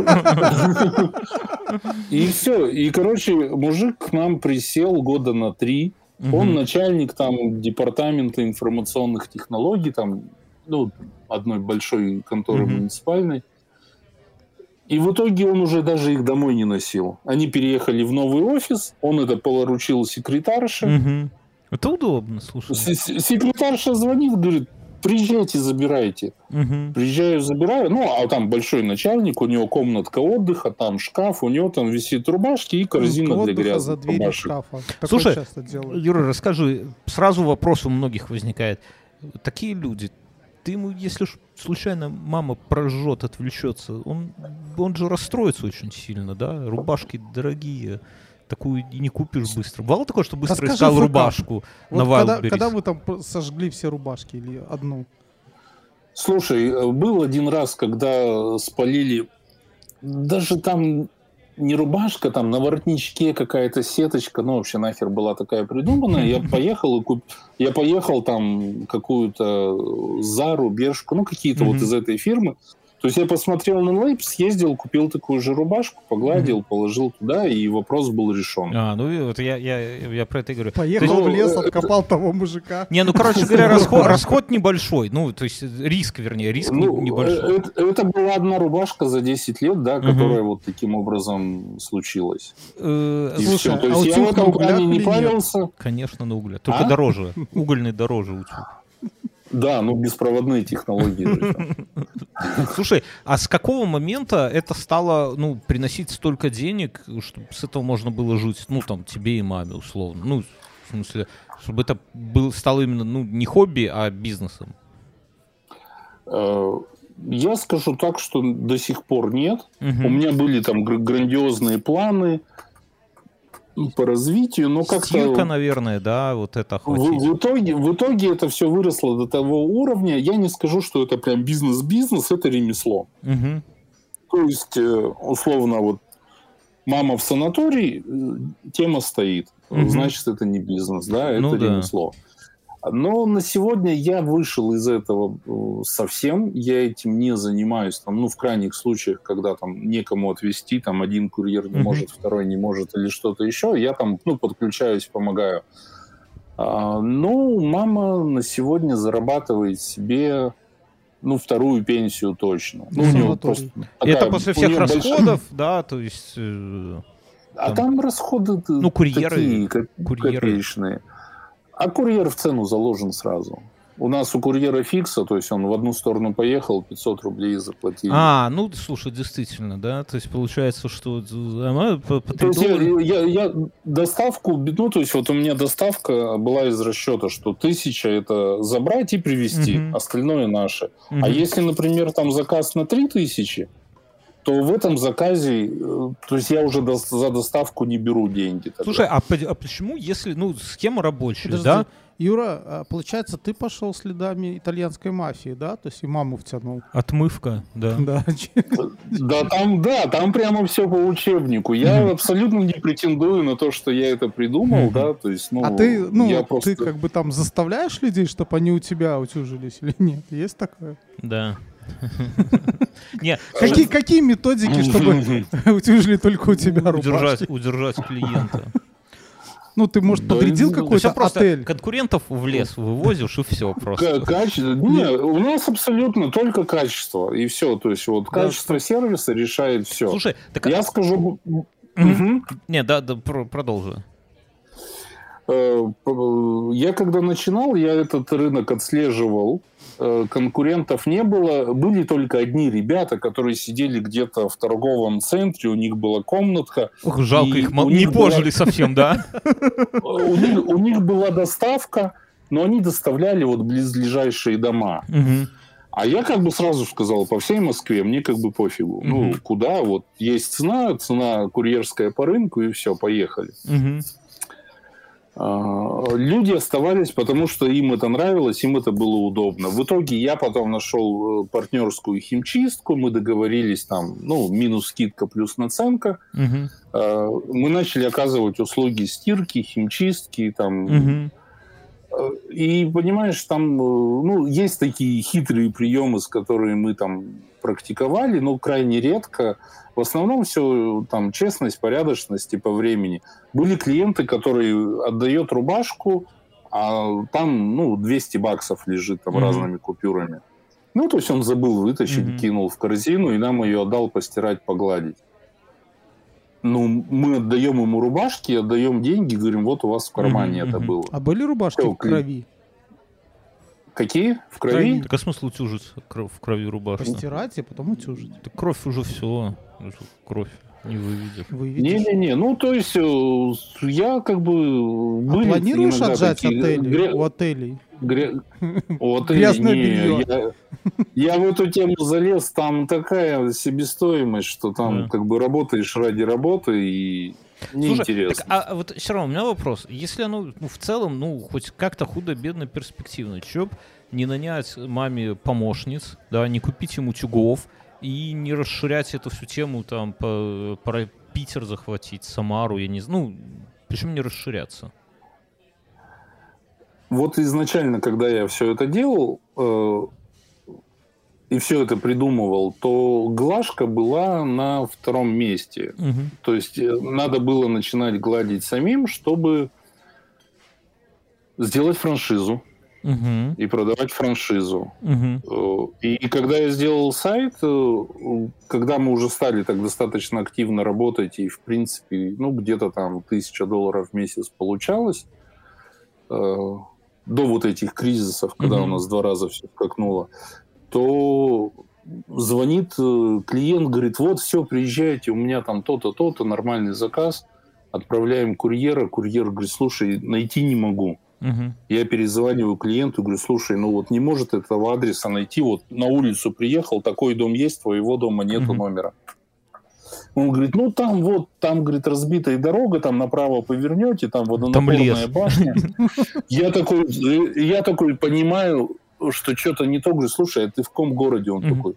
И все. И, короче, мужик к нам присел года на три. Он начальник там департамента информационных технологий, там, ну, одной большой конторы муниципальной. И в итоге он уже даже их домой не носил. Они переехали в новый офис, он это поручил секретарше. Угу. Это удобно, слушай. С- секретарша звонит, говорит, приезжайте, забирайте. Угу. Приезжаю, забираю. Ну, а там большой начальник, у него комнатка отдыха, там шкаф, у него там висит рубашки и корзина для грязных рубашек. Слушай, Юра, расскажи, сразу вопрос у многих возникает. Такие люди... Ты ему, если случайно мама прожжет, отвлечется, он, он же расстроится очень сильно, да? Рубашки дорогие, такую и не купишь быстро. Бывало такое, что быстро Расскажи, искал рубашку вот на Wildberries? Когда, когда вы там сожгли все рубашки или одну? Слушай, был один раз, когда спалили, даже там не рубашка, там на воротничке какая-то сеточка, ну вообще нахер была такая придуманная. Я поехал и куп... я поехал там какую-то Зару, Бершку, ну какие-то mm-hmm. вот из этой фирмы. То есть я посмотрел на лейб, съездил, купил такую же рубашку, погладил, mm-hmm. положил туда, и вопрос был решен. А, ну вот я, я, я про это и говорю. Поехал есть, в лес, откопал это... того мужика. Не, ну короче говоря, расход, расход небольшой, ну то есть риск, вернее, риск ну, небольшой. Это, это была одна рубашка за десять лет, да, которая mm-hmm. вот таким образом случилась. Э, слушай, то есть а я в этом плане не парился. Конечно, на угле, только а? дороже, угольный дороже утюг. Да, ну беспроводные технологии. Слушай, а с какого момента это стало, ну, приносить столько денег, чтобы с этого можно было жить, ну, там, тебе и маме, условно? Ну, в смысле, чтобы это был, стало именно, ну, не хобби, а бизнесом? Я скажу так, что до сих пор нет. Угу. У меня были там грандиозные планы по развитию, но как-то... Стирка, наверное, да, вот это охватить. В, в, итоге, в итоге это все выросло до того уровня, я не скажу, что это прям бизнес-бизнес, это ремесло. Угу. То есть, условно, вот мама в санатории, тема стоит, угу. значит, это не бизнес, да, это ну, ремесло. Но на сегодня я вышел из этого совсем, я этим не занимаюсь, там, ну, в крайних случаях, когда там некому отвезти, там, один курьер не mm-hmm. может, второй не может или что-то еще, я там, ну, подключаюсь, помогаю. А, ну, мама на сегодня зарабатывает себе, ну, вторую пенсию точно. Ну, у него просто такая, это после всех расходов, большая... да, то есть... Э, а там, там расходы ну, курьеры, такие, как, курьеры. копеечные. А курьер в цену заложен сразу. У нас у курьера фикса, то есть он в одну сторону поехал, пятьсот рублей заплатили. А, ну, слушай, действительно, да? То есть получается, что... По, по то есть я, я, я доставку... Ну, то есть вот у меня доставка была из расчета, что тысяча это забрать и привезти, угу. остальное наше. Угу. А если, например, там заказ на три тысячи, то в этом заказе, то есть я уже до, за доставку не беру деньги. Тогда. Слушай, а, а почему, если, ну, схема рабочая, Подожди, да? Юра, получается, ты пошел следами итальянской мафии, да? То есть и маму втянул. Отмывка, да. Да, да, там, да, там прямо все по учебнику. Я абсолютно не претендую на то, что я это придумал, да, то есть, ну, а ты, ну, я ты просто... как бы там заставляешь людей, чтобы они у тебя утюжились или нет? Есть такое? Да. Не, какие, какие методики, чтобы утюжили только у тебя рубашки? Удержать клиента. Ну, ты, может, подрядил да, какой-то отель? Конкурентов в лес вывозишь, и все просто. Качество? Нет, у нас абсолютно только качество, и все. То есть вот да. качество сервиса решает все. Слушай, так... Я скажу... Угу. Угу. Не, да, да, продолжу. Я когда начинал, я этот рынок отслеживал, конкурентов не было, были только одни ребята, которые сидели где-то в торговом центре, у них была комнатка. Ох, жалко, их не пожили была... совсем, да? У них, у них была доставка, но они доставляли вот близлежащие дома. Угу. А я как бы сразу сказал, по всей Москве мне как бы пофигу. Угу. Ну, куда, вот есть цена, цена курьерская по рынку, и все, поехали. Угу. Люди оставались, потому что им это нравилось, им это было удобно. В итоге я потом нашел партнерскую химчистку, мы договорились там, ну, минус скидка плюс наценка. Угу. Мы начали оказывать услуги стирки, химчистки, там. Угу. И, понимаешь, там, ну, есть такие хитрые приемы, с которыми мы там практиковали, но крайне редко. В основном все там честность, порядочность и по времени. Были клиенты, которые отдают рубашку, а там, ну, двести баксов лежит там mm-hmm. разными купюрами. Ну, то есть он забыл вытащить, mm-hmm. кинул в корзину, и нам ее отдал постирать, погладить. Ну, мы отдаем ему рубашки, отдаем деньги, говорим, вот у вас в кармане mm-hmm. это было. А были рубашки Все, в крови? Какие? В крови? Так а смысл утюжить в крови рубашку? Постирать, а потом утюжить. Так кровь уже все. Кровь не выведешь. Не-не-не, ну то есть я как бы... А планируешь отжать такие... отели, Гря... у отелей? Гря... У отелей не. Я... я в эту тему залез, там такая себестоимость, что там а. как бы работаешь ради работы и... Неинтересно. Так, а вот все равно у меня вопрос. Если оно ну, в целом, ну, хоть как-то худо-бедно перспективно, чё б не нанять маме помощниц, да, не купить ему утюгов и не расширять эту всю тему, там, по, по Питер захватить, Самару, я не знаю, ну, почему не расширяться? Вот изначально, когда я все это делал, э, и все это придумывал, то глажка была на втором месте. Угу. То есть надо было начинать гладить самим, чтобы сделать франшизу угу. и продавать франшизу. Угу. И, и когда я сделал сайт, когда мы уже стали так достаточно активно работать, и в принципе, ну, где-то там тысяча долларов в месяц получалось, до вот этих кризисов, когда угу. у нас два раза все скакнуло, то звонит клиент, говорит, вот, все, приезжайте, у меня там то-то, то-то, нормальный заказ, отправляем курьера, курьер говорит, слушай, найти не могу. Угу. Я перезваниваю клиенту, говорю, слушай, ну вот не может этого адреса найти, вот на улицу приехал, такой дом есть, твоего дома нету угу. номера. Он говорит, ну там вот, там, говорит, разбитая дорога, там направо повернете, там водонапорная башня. Я такой, я такой понимаю, что что-то не то, говорю, слушай, а ты в каком городе? Он mm-hmm. такой, в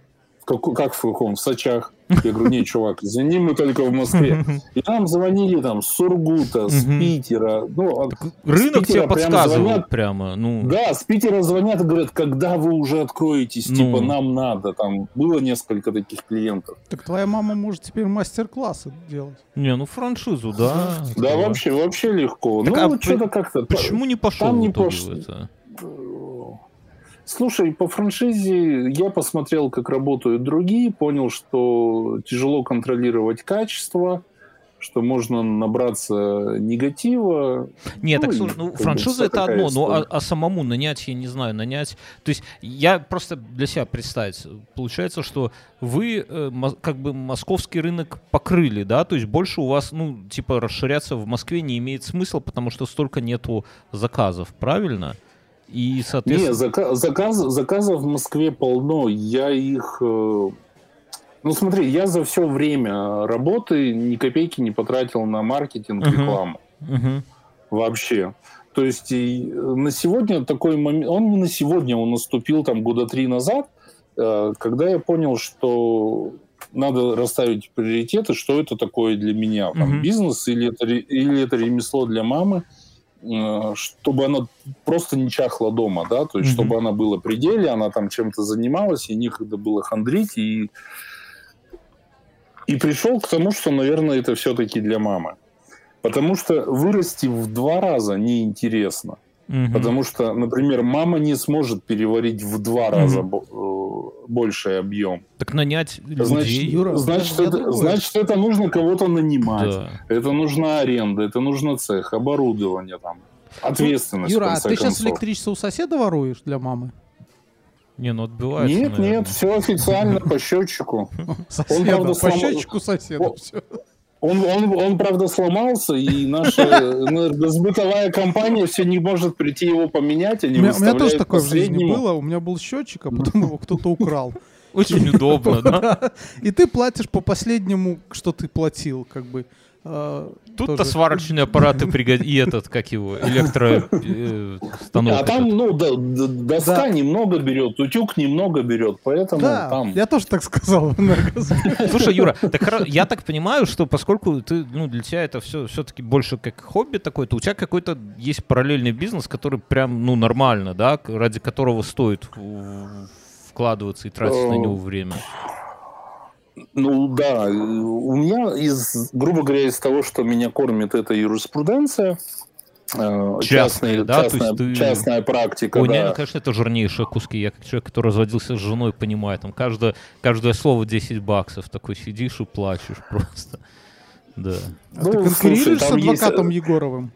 как, как в каком? В Сочах. Я говорю, нет, чувак, извини, мы только в Москве. И нам звонили там с Сургута, с Питера. Ну, рынок тебе подсказывал прямо. Ну... Да, с Питера звонят и говорят, когда вы уже откроетесь, ну... типа, нам надо. Там было несколько таких клиентов. Так твоя мама может теперь мастер-классы делать. Не, ну франшизу, да. Да, вообще, вообще легко. Так, ну, а что-то как-то... Почему не пошел там в не итоге пош... в это? Слушай, по франшизе я посмотрел, как работают другие, понял, что тяжело контролировать качество, что можно набраться негатива. Нет, ну, так слушай, ну франшиза это одно, но а, а самому нанять, я не знаю, нанять... То есть я просто для себя представить, получается, что вы э, как бы московский рынок покрыли, да, то есть больше у вас, ну, типа расширяться в Москве не имеет смысла, потому что столько нету заказов, правильно? И, соответственно... Нет, заказ, заказ, заказов в Москве полно. Я их... Ну, смотри, я за все время работы ни копейки не потратил на маркетинг, uh-huh. рекламу. Uh-huh. Вообще. То есть на сегодня такой момент... Он не на сегодня, он наступил там года три назад, когда я понял, что надо расставить приоритеты, что это такое для меня. Там, uh-huh. бизнес или это, или это ремесло для мамы, чтобы она просто не чахла дома, да, то есть, mm-hmm. чтобы она была при деле, она там чем-то занималась, и некогда было хандрить, и, и пришел к тому, что, наверное, это все-таки для мамы. Потому что вырасти в два раза неинтересно. Mm-hmm. Потому что, например, мама не сможет переварить в два mm-hmm. раза бо- больший объем. Так нанять людей. Значит, Юра, значит, это, значит, это нужно кого-то нанимать. Да. Это нужна аренда, это нужно цех, оборудование, там, ответственность. Юра, а ты концов. Сейчас электричество у соседа воруешь для мамы? Не, ну отбивается, Нет, наверное. нет, все официально по счетчику. По счетчику соседа все. Он, он, он, правда, сломался, и наша энергосбытовая компания все не может прийти его поменять. Они у, меня, у меня тоже такое в жизни было. У меня был счетчик, а потом его кто-то украл. Очень удобно, да? И ты платишь по последнему, что ты платил, как бы. Тут-то сварочные аппараты пригодятся, и этот, как его, электростанок. А там, ну, доска немного берет, утюг немного берет, поэтому там... я тоже так сказал. Слушай, Юра, я так понимаю, что поскольку ты, ну, для тебя это все все-таки больше как хобби такое-то, у тебя какой-то есть параллельный бизнес, который прям, ну, нормально, да, ради которого стоит вкладываться и тратить на него время. Ну да, у меня, из, грубо говоря, из того, что меня кормит, это юриспруденция, частная, частная, да? частная, ты... частная практика. Ой, да. не, конечно, это жирнейшие куски. Я как человек, который разводился с женой, понимаю, там каждое, каждое слово десять баксов. Такой сидишь и плачешь просто. Да. А ну, ты конкурируешь слушай, с адвокатом есть... Егоровым?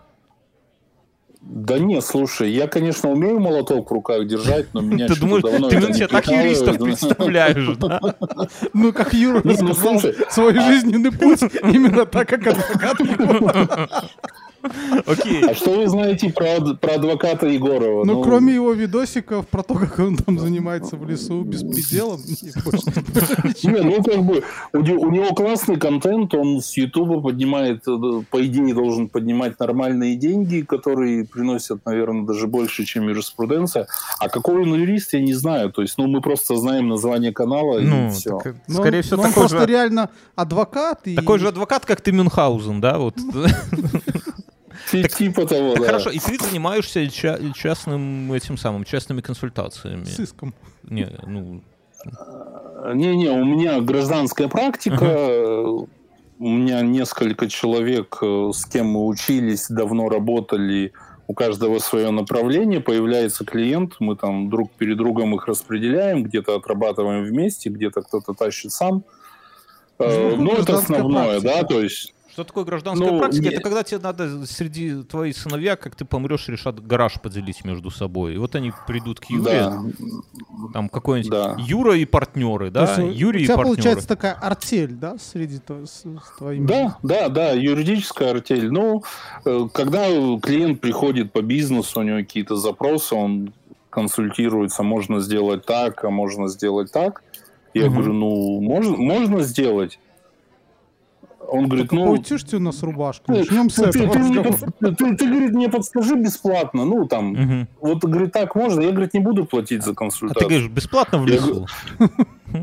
Да нет, слушай, я, конечно, умею молоток в руках держать, но меня ты думаешь, давно ты это себя так юристов представляешь, да? Ну, как Юра рассказал свой жизненный путь, именно так, как адвокат. Окей. А что вы знаете про, про адвоката Егорова? Ну, ну, кроме его видосиков про то, как он там занимается в лесу беспределом. Не, ну, как бы, у, у него классный контент, он с Ютуба поднимает, по идее, должен поднимать нормальные деньги, которые приносят, наверное, даже больше, чем юриспруденция. А какой он юрист, я не знаю. То есть, ну, мы просто знаем название канала, ну, и все. Так, скорее всего, он просто же... реально адвокат. И... Такой же адвокат, как ты, Мюнхгаузен, да? Вот. Так, типа того, так да. Хорошо, и ты занимаешься ча- частным этим самым, частными консультациями. С иском. Не, ну... Не-не, у меня гражданская практика, uh-huh. у меня несколько человек, с кем мы учились, давно работали, у каждого свое направление, появляется клиент, мы там друг перед другом их распределяем, где-то отрабатываем вместе, где-то кто-то тащит сам. Ну, ну это основное, практика. Да, то есть... Что такое гражданская ну, практика? Не... Это когда тебе надо среди твоих сыновья, как ты помрешь, решат гараж поделить между собой. И вот они придут к Юре, да. там какой-нибудь да. Юра и партнеры, да? То есть, Юрий у тебя и партнеры. Получается такая артель, да, среди то, с, с твоими... Да, да, да, юридическая артель. Ну, когда клиент приходит по бизнесу, у него какие-то запросы, он консультируется, можно сделать так, а можно сделать так. Я угу. говорю, ну, можно, можно сделать. Он говорит, только ну... поутюжьте у нас рубашку, начнем с этого разговора. Ты, ты, ты, говорит, мне подскажи бесплатно, ну, там, угу. вот, говорит, так можно, я, говорит, не буду платить за консультацию. А ты говоришь, бесплатно в лесу?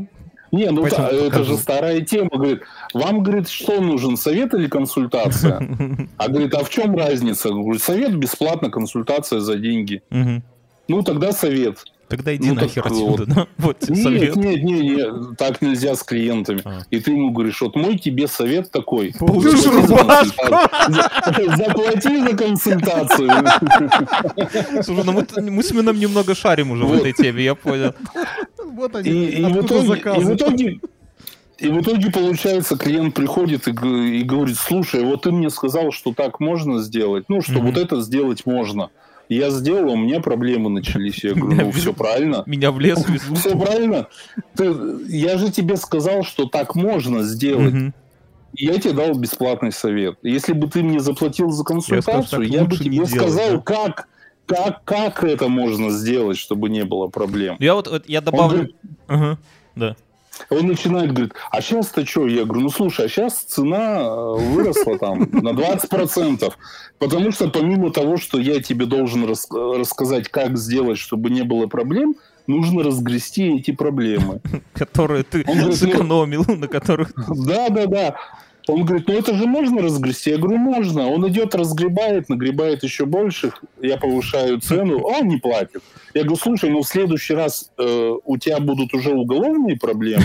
Не, ну да, это же старая тема. Говорит, вам, говорит, что нужен, совет или консультация? А говорит, а в чем разница? Говорит, совет бесплатно, консультация за деньги. Угу. Ну, тогда совет. Тогда иди ну, нахер так, отсюда, вот. да? Вот нет, совет. Нет, нет, нет, так нельзя с клиентами. А. И ты ему говоришь, вот мой тебе совет такой. Получишь рубашку! Заплати за консультацию. Слушай, ну мы, мы с Мином немного шарим уже вот. в этой теме, я понял. Вот они, и, и, в итоге, и в итоге... И в итоге, получается, клиент приходит и, и говорит, слушай, вот ты мне сказал, что так можно сделать, ну, что mm-hmm. вот это сделать можно. Я сделал, у меня проблемы начались. Я говорю, ну, все правильно. Меня в лес везут. Все правильно. Ты, я же тебе сказал, что так можно сделать. Mm-hmm. Я тебе дал бесплатный совет. Если бы ты мне заплатил за консультацию, я, скажу, я бы тебе сказал, делать, да? как, как, как это можно сделать, чтобы не было проблем. Я вот, вот я добавлю... Он, uh-huh. да. Он начинает, говорит, а сейчас-то что? Я говорю, ну слушай, а сейчас цена выросла там на двадцать процентов. Потому что помимо того, что я тебе должен рас- рассказать, как сделать, чтобы не было проблем, нужно разгрести эти проблемы. Которые ты сэкономил, на которых... Да, да, да. Он говорит, ну это же можно разгрести? Я говорю, можно. Он идет, разгребает, нагребает еще больше. Я повышаю цену, а он не платит. Я говорю, слушай, ну в следующий раз э, у тебя будут уже уголовные проблемы.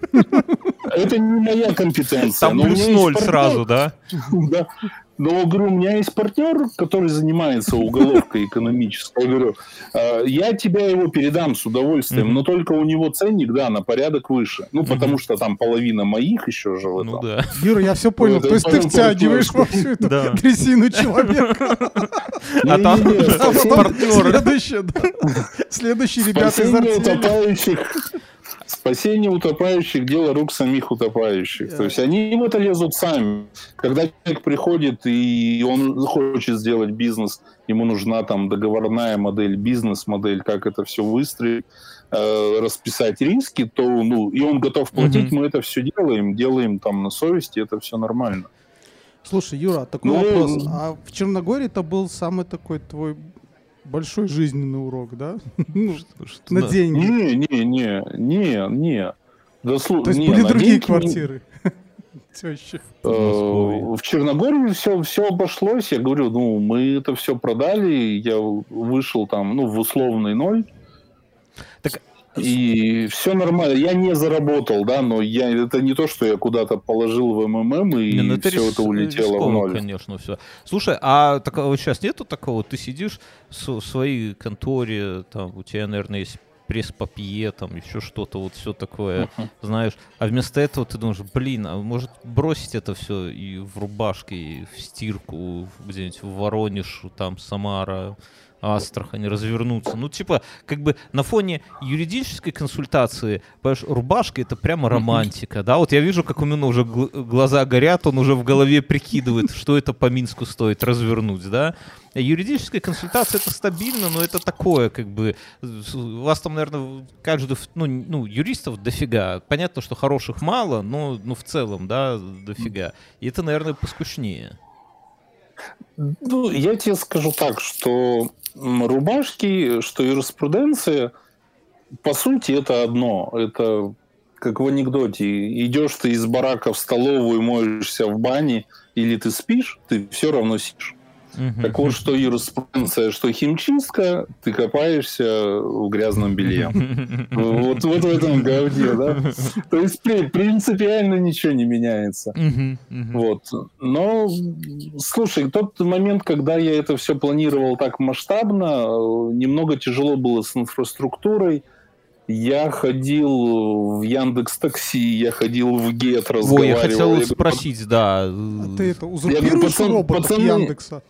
Это не моя компетенция. Там плюс ноль сразу, да? Да. Но, говорю, у меня есть партнер, который занимается уголовкой экономической. Я говорю, я тебя его передам с удовольствием, mm-hmm. но только у него ценник, да, на порядок выше. Ну, mm-hmm. потому что там половина моих еще же в этом. Ну, да. Юра, я все понял. То есть ты втягиваешь во всю эту трясину человека. А там партнер. Следующий ребята из артели. Спасение утопающих – дело рук самих утопающих. Yeah. То есть они в это лезут сами. Когда человек приходит и он хочет сделать бизнес, ему нужна там договорная модель, бизнес-модель, как это все выстроить, э, расписать риски, то, ну, и он готов платить, mm-hmm. мы это все делаем, делаем там на совести, это все нормально. Слушай, Юра, такой ну, вопрос. А в Черногории это был самый такой твой... большой жизненный урок, да? Ну, что, на да. деньги. Не, не, не, не, не. Да, слу... То есть не, были другие деньги... квартиры? В Черногории все, все обошлось. Я говорю, ну, мы это все продали. Я вышел там, ну, в условный ноль. Так... И все нормально. Я не заработал, да, но я, это не то, что я куда-то положил в МММ и не, ну это все рис... это улетело рисково, в ноль. Конечно, все. Слушай, а так, вот сейчас нету такого? Ты сидишь в своей конторе, там у тебя, наверное, есть пресс-папье, там еще что-то, вот все такое, uh-huh. знаешь. А вместо этого ты думаешь, блин, а может бросить это все и в рубашке, и в стирку где-нибудь в Воронеж, там Самара, Астрахань, развернуться. Ну, типа, как бы на фоне юридической консультации, понимаешь, рубашка — это прямо романтика, да? Вот я вижу, как у меня уже гл- глаза горят, он уже в голове прикидывает, что это по Минску стоит развернуть, да? Юридическая консультация — это стабильно, но это такое, как бы, у вас там, наверное, каждый, ну, ну юристов дофига. Понятно, что хороших мало, но, ну, в целом, да, дофига. И это, наверное, поскучнее. Ну, я тебе скажу так, что рубашки, что юриспруденция, по сути, это одно. Это как в анекдоте. Идешь ты из барака в столовую, моешься в бане, или ты спишь, ты все равно сидишь. Uh-huh. Так вот, что юриспруденция, что химчистка, ты копаешься в грязном белье. Вот в этом говне, да? То есть принципиально ничего не меняется. Вот. Но, слушай, тот момент, когда я это все планировал так масштабно, немного тяжело было с инфраструктурой. Я ходил в Яндекс.Такси, я ходил в Гет, разговаривал. Ой, я хотел я спросить, говорю, да. А ты это узурпируешь пацан, роботов пацаны... Яндекса?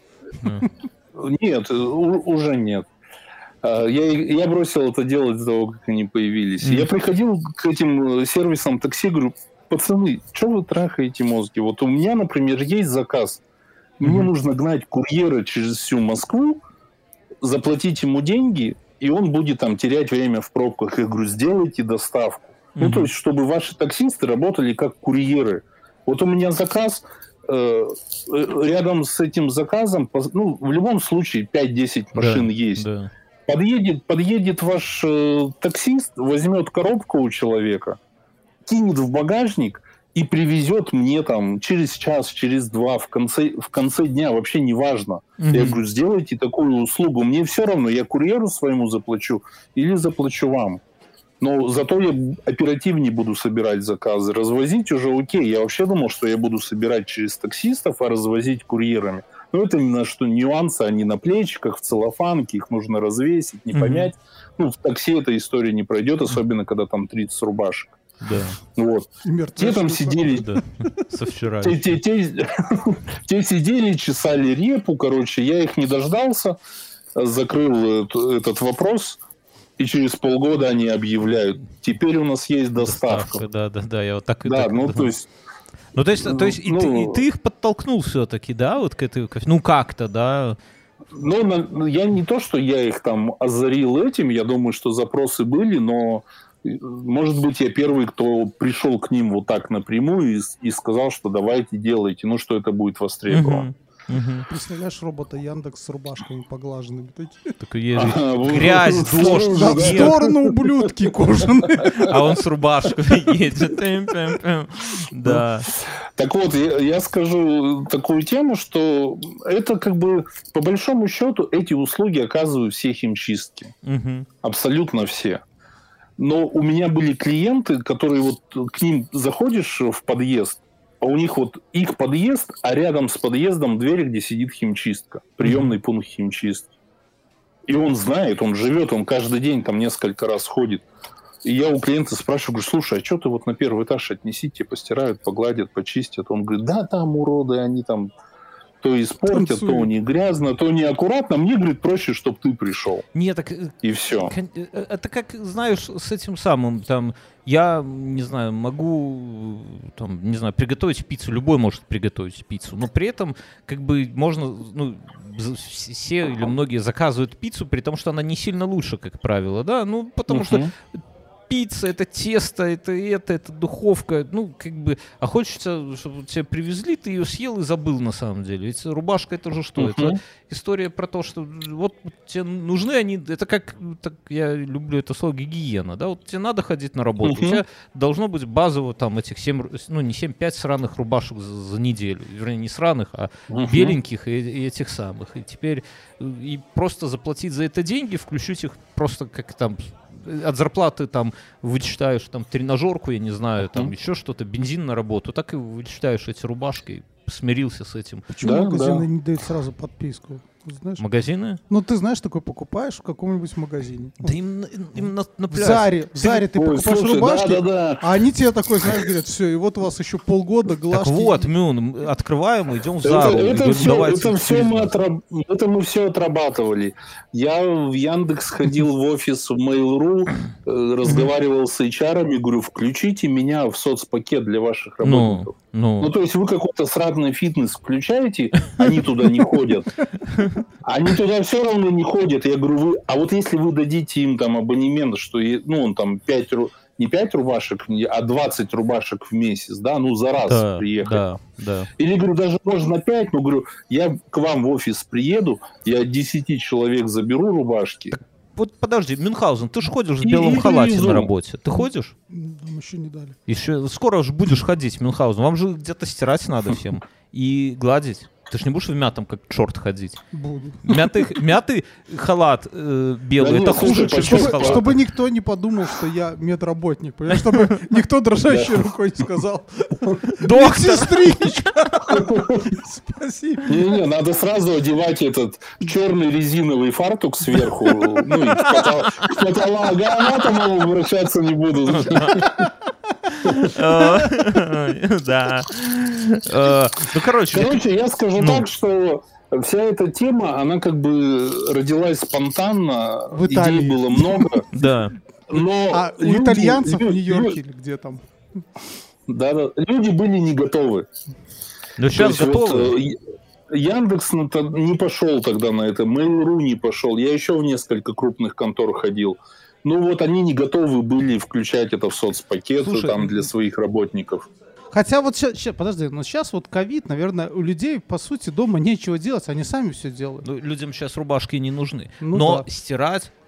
Нет, уже нет. Я, я бросил это делать до того, как они появились. Mm. Я приходил к этим сервисам такси, говорю, пацаны, что вы трахаете мозги? Вот у меня, например, есть заказ. Мне mm-hmm. нужно гнать курьера через всю Москву, заплатить ему деньги, и он будет там терять время в пробках. Я говорю, сделайте доставку. Mm-hmm. Ну, то есть, чтобы ваши таксисты работали как курьеры. Вот у меня заказ... Рядом с этим заказом, ну, в любом случае, пять-десять машин да, есть. Да. Подъедет, подъедет ваш э, таксист, возьмет коробку у человека, кинет в багажник и привезет мне там через час, через два, в конце, в конце дня, вообще не важно. Mm-hmm. Я говорю, сделайте такую услугу, мне все равно, я курьеру своему заплачу или заплачу вам. Но зато я оперативнее буду собирать заказы. Развозить уже окей. Я вообще думал, что я буду собирать через таксистов, а развозить курьерами. Но это именно что нюансы, они на плечиках, в целлофанке, их нужно развесить, не mm-hmm. помять. Ну, в такси эта история не пройдет, особенно когда там тридцать рубашек. Да. Вот. Те там сидели... Да. Со вчера. Те, те, те, те сидели, чесали репу, короче. Я их не дождался, закрыл этот вопрос... И через полгода они объявляют, теперь у нас есть доставка. Да, да, да, я вот так и да, так. Ну, то есть, ну, то есть, ну, то есть и, ну, ты, и ты их подтолкнул все-таки, да, вот к этой, ну, как-то, да? Ну, я не то, что я их там озарил этим, я думаю, что запросы были, но, может быть, я первый, кто пришел к ним вот так напрямую и, и сказал, что давайте делайте, ну, что это будет востребовано. Угу. Представляешь, робота Яндекс с рубашками поглаженными такие. Так и грязь, дождь. Да, в сторону ублюдки кожаные. А он с рубашкой едет. Да. Так вот, я, я скажу такую тему, что это как бы, по большому счету, эти услуги оказывают все химчистки. Угу. Абсолютно все. Но у меня были клиенты, которые вот к ним заходишь в подъезд, а у них вот их подъезд, а рядом с подъездом дверь, где сидит химчистка. Приемный mm-hmm. пункт химчистки. И он знает, он живет, он каждый день там несколько раз ходит. И я у клиента спрашиваю, говорю, слушай, а что ты вот на первый этаж отнесите, постирают, погладят, почистят? Он говорит, да, там уроды, они там то испортят, Танцует. То у них грязно, то неаккуратно. Мне, говорит, проще, чтобы ты пришел. Нет, так... И все. Это как, знаешь, с этим самым, там, я, не знаю, могу, там, не знаю, приготовить пиццу, любой может приготовить пиццу, но при этом, как бы, можно, ну, все или многие заказывают пиццу, при том, что она не сильно лучше, как правило, да, ну, потому uh-huh. что пицца, это тесто, это это, это духовка, ну, как бы, а хочется, чтобы тебе привезли, ты ее съел и забыл на самом деле. Ведь рубашка это же что? Uh-huh. Это история про то, что вот тебе нужны они, это как, так, я люблю это слово, гигиена, да, вот тебе надо ходить на работу, uh-huh. у тебя должно быть базово там этих семь, ну, не семь, пять сраных рубашек за, за неделю, вернее, не сраных, а uh-huh. беленьких и, и этих самых. И теперь и просто заплатить за это деньги, включить их просто как там от зарплаты там вычитаешь там тренажерку, я не знаю, там uh-huh. еще что-то, бензин на работу, так и вычитаешь эти рубашки, смирился с этим. Почему да, магазины да. не дают сразу подписку? Знаешь? Магазины? Ну, ты знаешь, такой покупаешь в каком-нибудь магазине. Да им, им на, на пляж. В Заре, в Заре ты, ты Ой, покупаешь слушай, рубашки, да, да, да. а они тебе такой, знаешь, говорят, все, и вот у вас еще полгода глажки. Так вот, Мюн, открываем, идем в Зару. Это, это, все, это, все мы отраб... это мы все отрабатывали. Я в Яндекс ходил в офис в Mail.ru, разговаривал с эйч ар-ами, говорю, включите меня в соцпакет для ваших работников. Ну, ну. ну то есть вы какой-то сратный фитнес включаете, они туда не ходят. Они туда все равно не ходят. Я говорю, вы, а вот если вы дадите им там абонемент, что ну, он там пять, не пять рубашек, а двадцать рубашек в месяц, да, ну за раз да, приехать. Да, да. Или, говорю, даже можно пять, но говорю, я к вам в офис приеду, я десяти человек заберу рубашки. Так, вот подожди, Мюнхгаузен, ты же ходишь в белом и, халате и на работе. Ты ходишь? Нам еще не дали. Еще скоро же будешь ходить, Мюнхгаузен. Вам же где-то стирать надо всем и гладить. Ты ж не будешь в мятом, как черт, ходить? Буду. Мятый, мятый халат э, белый, да это нет, хуже, чем чтобы, халат. Чтобы никто не подумал, что я медработник. Понимаешь? Чтобы никто дрожащей рукой не сказал. Доктор! Спасибо. Не-не, надо сразу одевать этот черный резиновый фартук сверху. Ну, и к патологоанатому обращаться не буду. Да. Ну, короче. Короче, я скажу так, что вся эта тема, она как бы родилась спонтанно. Идей было много. Да. Но а у итальянцев в Нью-Йорке или где там? Да, да. Люди были не готовы. Но сейчас готовы. Яндекс не пошел тогда на это, Mail.ru не пошел. Я еще в несколько крупных контор ходил. Ну вот они не готовы были включать это в соцпакет. Слушай, там для своих работников. Хотя вот сейчас, сейчас, подожди, но сейчас вот ковид, наверное, у людей, по сути, дома нечего делать, они сами все делают. Ну, людям сейчас рубашки не нужны. Ну, но да. стирать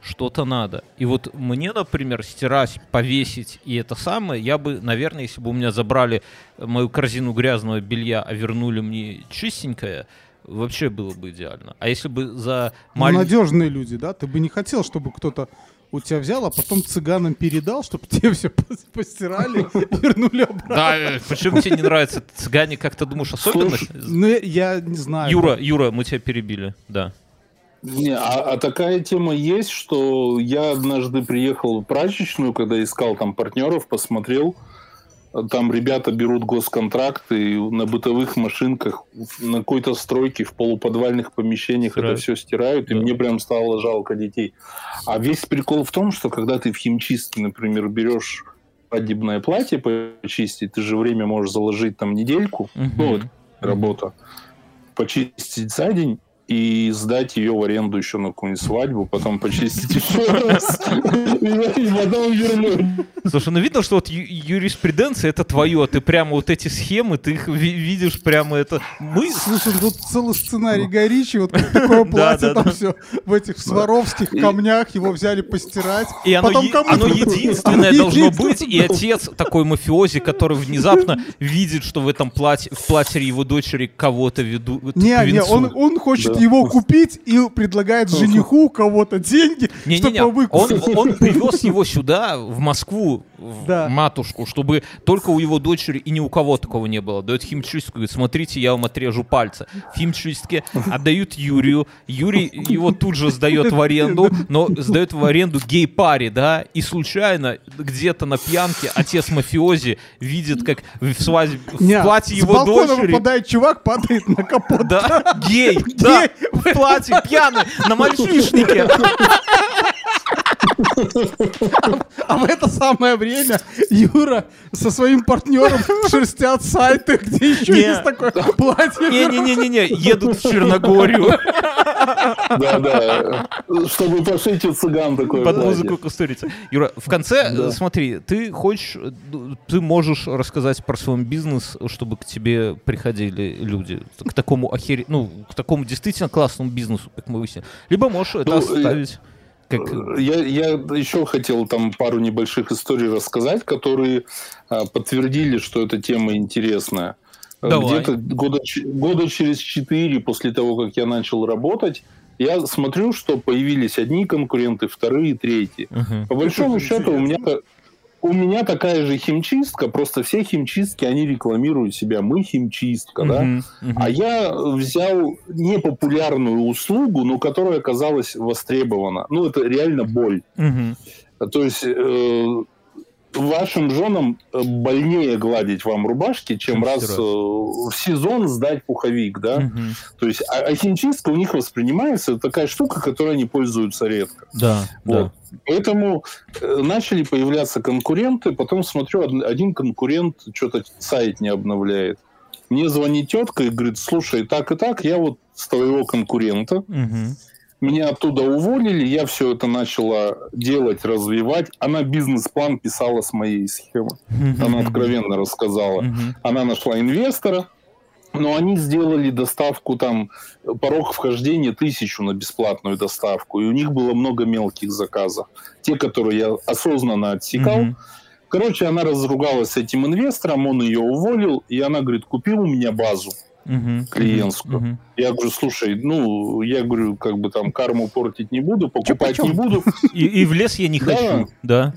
что-то надо. И вот мне, например, стирать, повесить и это самое, я бы, наверное, если бы у меня забрали мою корзину грязного белья, а вернули мне чистенькое, вообще было бы идеально. А если бы за... Маль... Ну, надежные люди, да? Ты бы не хотел, чтобы кто-то у тебя взял, а потом цыганам передал, чтобы тебе все постирали и вернули обратно. Да, почему тебе не нравится? Цыгане, как ты думаешь, особенно? Ну, я не знаю. Юра, Юра, мы тебя перебили, да. Не, а, а такая тема есть, что я однажды приехал в прачечную, когда искал там партнеров, посмотрел, там ребята берут госконтракты на бытовых машинках, на какой-то стройке, в полуподвальных помещениях стирают. Это все стирают, да. И мне прям стало жалко детей. А весь прикол в том, что когда ты в химчистке, например, берешь свадебное платье почистить, ты же время можешь заложить там недельку, угу. ну вот работа, почистить за день, и сдать ее в аренду еще на какую-нибудь свадьбу, потом почистить еще раз, и потом вернуть. Слушай, ну видно, что вот юриспруденция это твое, ты прямо вот эти схемы, ты их видишь прямо это... Мы... Слушай, тут целый сценарий Гай Ричи, вот такое платье там все в этих сваровских камнях, его взяли постирать. И оно единственное должно быть, и отец такой мафиози, который внезапно видит, что в этом платье, в платье его дочери кого-то ведут. Не, не, он хочет его купить и предлагает жениху у кого-то деньги, не, чтобы не, не. выкупить. Он, он привез его сюда, в Москву, в да. матушку, чтобы только у его дочери и ни у кого такого не было. Дает химчистку, говорит, смотрите, я вам отрежу пальцы. В химчистке отдают Юрию. Юрий его тут же сдает в аренду, но сдает в аренду гей-паре, да, и случайно где-то на пьянке отец мафиози видит, как в свадьбе, в платье его дочери... С балкона выпадает чувак, падает на капот. Да, гей, да. В платье, пьяный, на мальчишнике. А, а в это самое время Юра со своим партнером шерстят сайты, где еще не. Есть такое платье. Не-не-не-не, едут в Черногорию. Да-да, чтобы пошить у цыган такое под музыку Кустурицы. Юра, в конце, да. смотри, ты хочешь, ты можешь рассказать про свой бизнес, чтобы к тебе приходили люди, к такому охере... ну, к такому действительно классному бизнесу, как мы выяснили. Либо можешь это ну, оставить... Как... Я, я еще хотел там пару небольших историй рассказать, которые а, подтвердили, что эта тема интересная. Давай. Где-то года, года через четыре после того, как я начал работать, я смотрю, что появились одни конкуренты, вторые, третьи. Uh-huh. По большому счету у меня, у меня такая же химчистка, просто все химчистки, они рекламируют себя. Мы химчистка, uh-huh. да? Uh-huh. А я взял непопулярную услугу, но которая оказалась востребована. Ну, это реально боль. Uh-huh. То есть... Э- вашим женам больнее гладить вам рубашки, чем раз э, в сезон сдать пуховик, да? Угу. То есть, а, а химчистка у них воспринимается такая штука, которой они пользуются редко. Да, вот. Да. Поэтому э, начали появляться конкуренты, потом смотрю, один, один конкурент что-то сайт не обновляет. Мне звонит тетка и говорит, слушай, так и так, я вот с твоего конкурента, угу. Меня оттуда уволили, я все это начала делать, развивать. Она бизнес-план писала с моей схемы. Mm-hmm. Она откровенно рассказала. Mm-hmm. Она нашла инвестора, но они сделали доставку, там, порог вхождения тысячу на бесплатную доставку. И у них было много мелких заказов. Те, которые я осознанно отсекал. Mm-hmm. Короче, она разругалась с этим инвестором, он ее уволил, и она говорит, купил у меня базу. Uh-huh, клиентскую. Uh-huh. Я говорю, слушай, ну, я говорю, как бы там карму портить не буду, покупать Чё, не буду. И, и в лес я не хочу, да.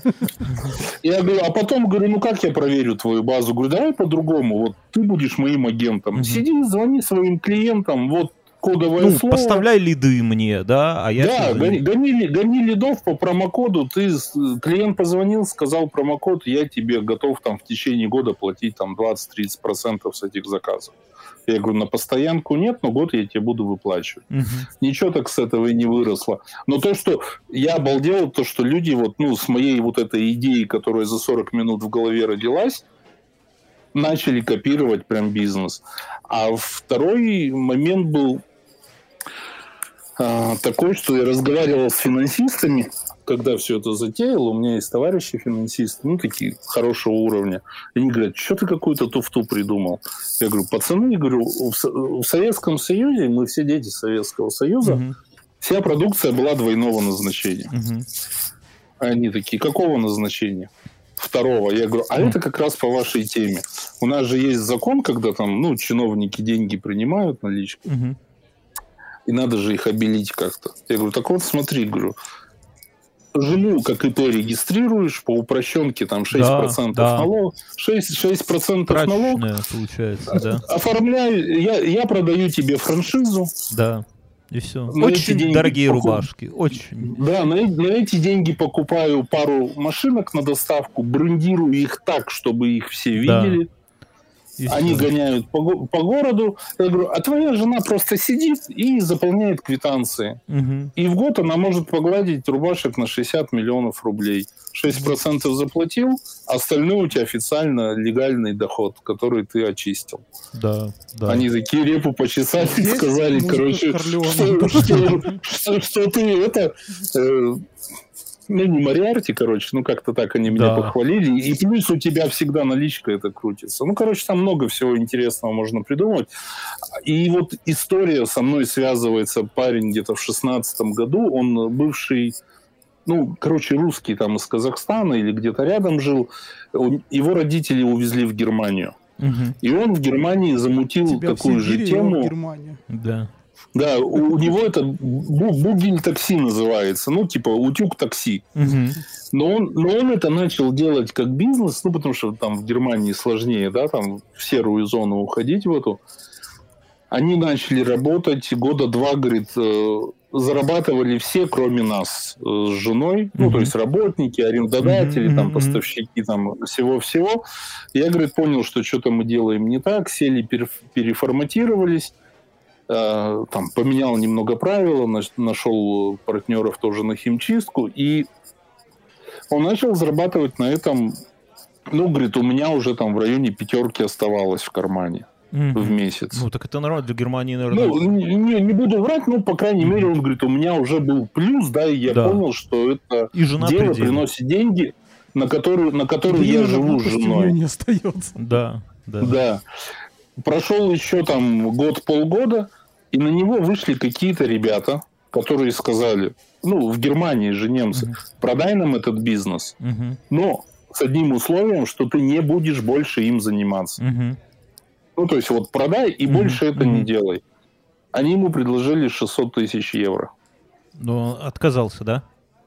Я говорю, а потом говорю, ну как я проверю твою базу? Говорю, давай по-другому, вот ты будешь моим агентом. Uh-huh. Сиди, звони своим клиентам, вот кодовое ну, слово. Поставляй лиды мне, да, а я... Да, гони, гони, гони лидов по промокоду, ты, клиент позвонил, сказал промокод, я тебе готов там в течение года платить там двадцать-тридцать процентов с этих заказов. Я говорю, на постоянку нет, но год я тебе буду выплачивать. Uh-huh. Ничего так с этого и не выросло. Но то, что я обалдел, то, что люди вот, ну, с моей вот этой идеей, которая за сорок минут в голове родилась, начали копировать прям бизнес. А второй момент был а, такой, что я разговаривал с финансистами, когда все это затеял, у меня есть товарищи финансисты, ну, такие хорошего уровня. И они говорят, что ты какую-то туфту придумал? Я говорю, пацаны, я говорю, в, в Советском Союзе, мы все дети Советского Союза, mm-hmm. Вся продукция была двойного назначения. Угу. Они такие, какого назначения? Второго. Я говорю, а это как раз по вашей теме. У нас же есть закон, когда там, ну, чиновники деньги принимают наличку, угу. и надо же их обелить как-то. Я говорю, так вот смотри, говорю, жену как ИП регистрируешь, по упрощенке там шесть процентов да, да. налог, шесть процентов налог, получается, да. Оформляю, я, я продаю тебе франшизу. Да. И все. На очень дорогие покуп... рубашки. Очень. Да, на, на эти деньги покупаю пару машинок на доставку, брендирую их так, чтобы их все видели. Да. Они все. Гоняют по, по городу. Я говорю, а твоя жена просто сидит и заполняет квитанции. Угу. И в год она может погладить рубашек на шестьдесят миллионов рублей. шесть процентов заплатил, остальное у тебя официально легальный доход, который ты очистил. Да, да. Они такие репу почесали и сказали, короче, что, что, что, что ты это... Э, ну, не Мориарти, короче, ну, как-то так они меня да. похвалили. И плюс у тебя всегда наличка это крутится. Ну, короче, там много всего интересного можно придумать. И вот история со мной связывается парень где-то в шестнадцатом году. Он бывший, ну, короче, русский там из Казахстана или где-то рядом жил. Его родители увезли в Германию. Угу. И он в Германии замутил тебя такую же тему. В Германию. Да. Да, у, у него это бугель такси называется, ну, типа утюг такси. Угу. Но, он, но он это начал делать как бизнес, ну, потому что там в Германии сложнее, да, там в серую зону уходить в эту. Они начали работать года два, говорит, э, зарабатывали все, кроме нас э, с женой, угу. ну, то есть работники, арендодатели, угу, там, угу. поставщики, там, всего-всего. Я, говорит, понял, что что-то мы делаем не так, сели, переформатировались. Там поменял немного правила, нашел партнеров тоже на химчистку, и он начал зарабатывать на этом, ну, говорит, у меня уже там в районе пятерки оставалось в кармане mm-hmm. в месяц. Ну, так это нормально для Германии, наверное. Ну, не, не буду врать, но, по крайней mm-hmm. мере, он говорит, у меня уже был плюс, да, и я да. понял, что это дело пределе. Приносит деньги, на которые, на которые я живу с женой. Не остается. Да, да. Да. Прошел еще там год-полгода, и на него вышли какие-то ребята, которые сказали, ну, в Германии же немцы, uh-huh. продай нам этот бизнес, uh-huh. но с одним условием, что ты не будешь больше им заниматься. Uh-huh. Ну, то есть вот продай и uh-huh. больше это uh-huh. не делай. Они ему предложили шестьсот тысяч евро. Но отказался, да?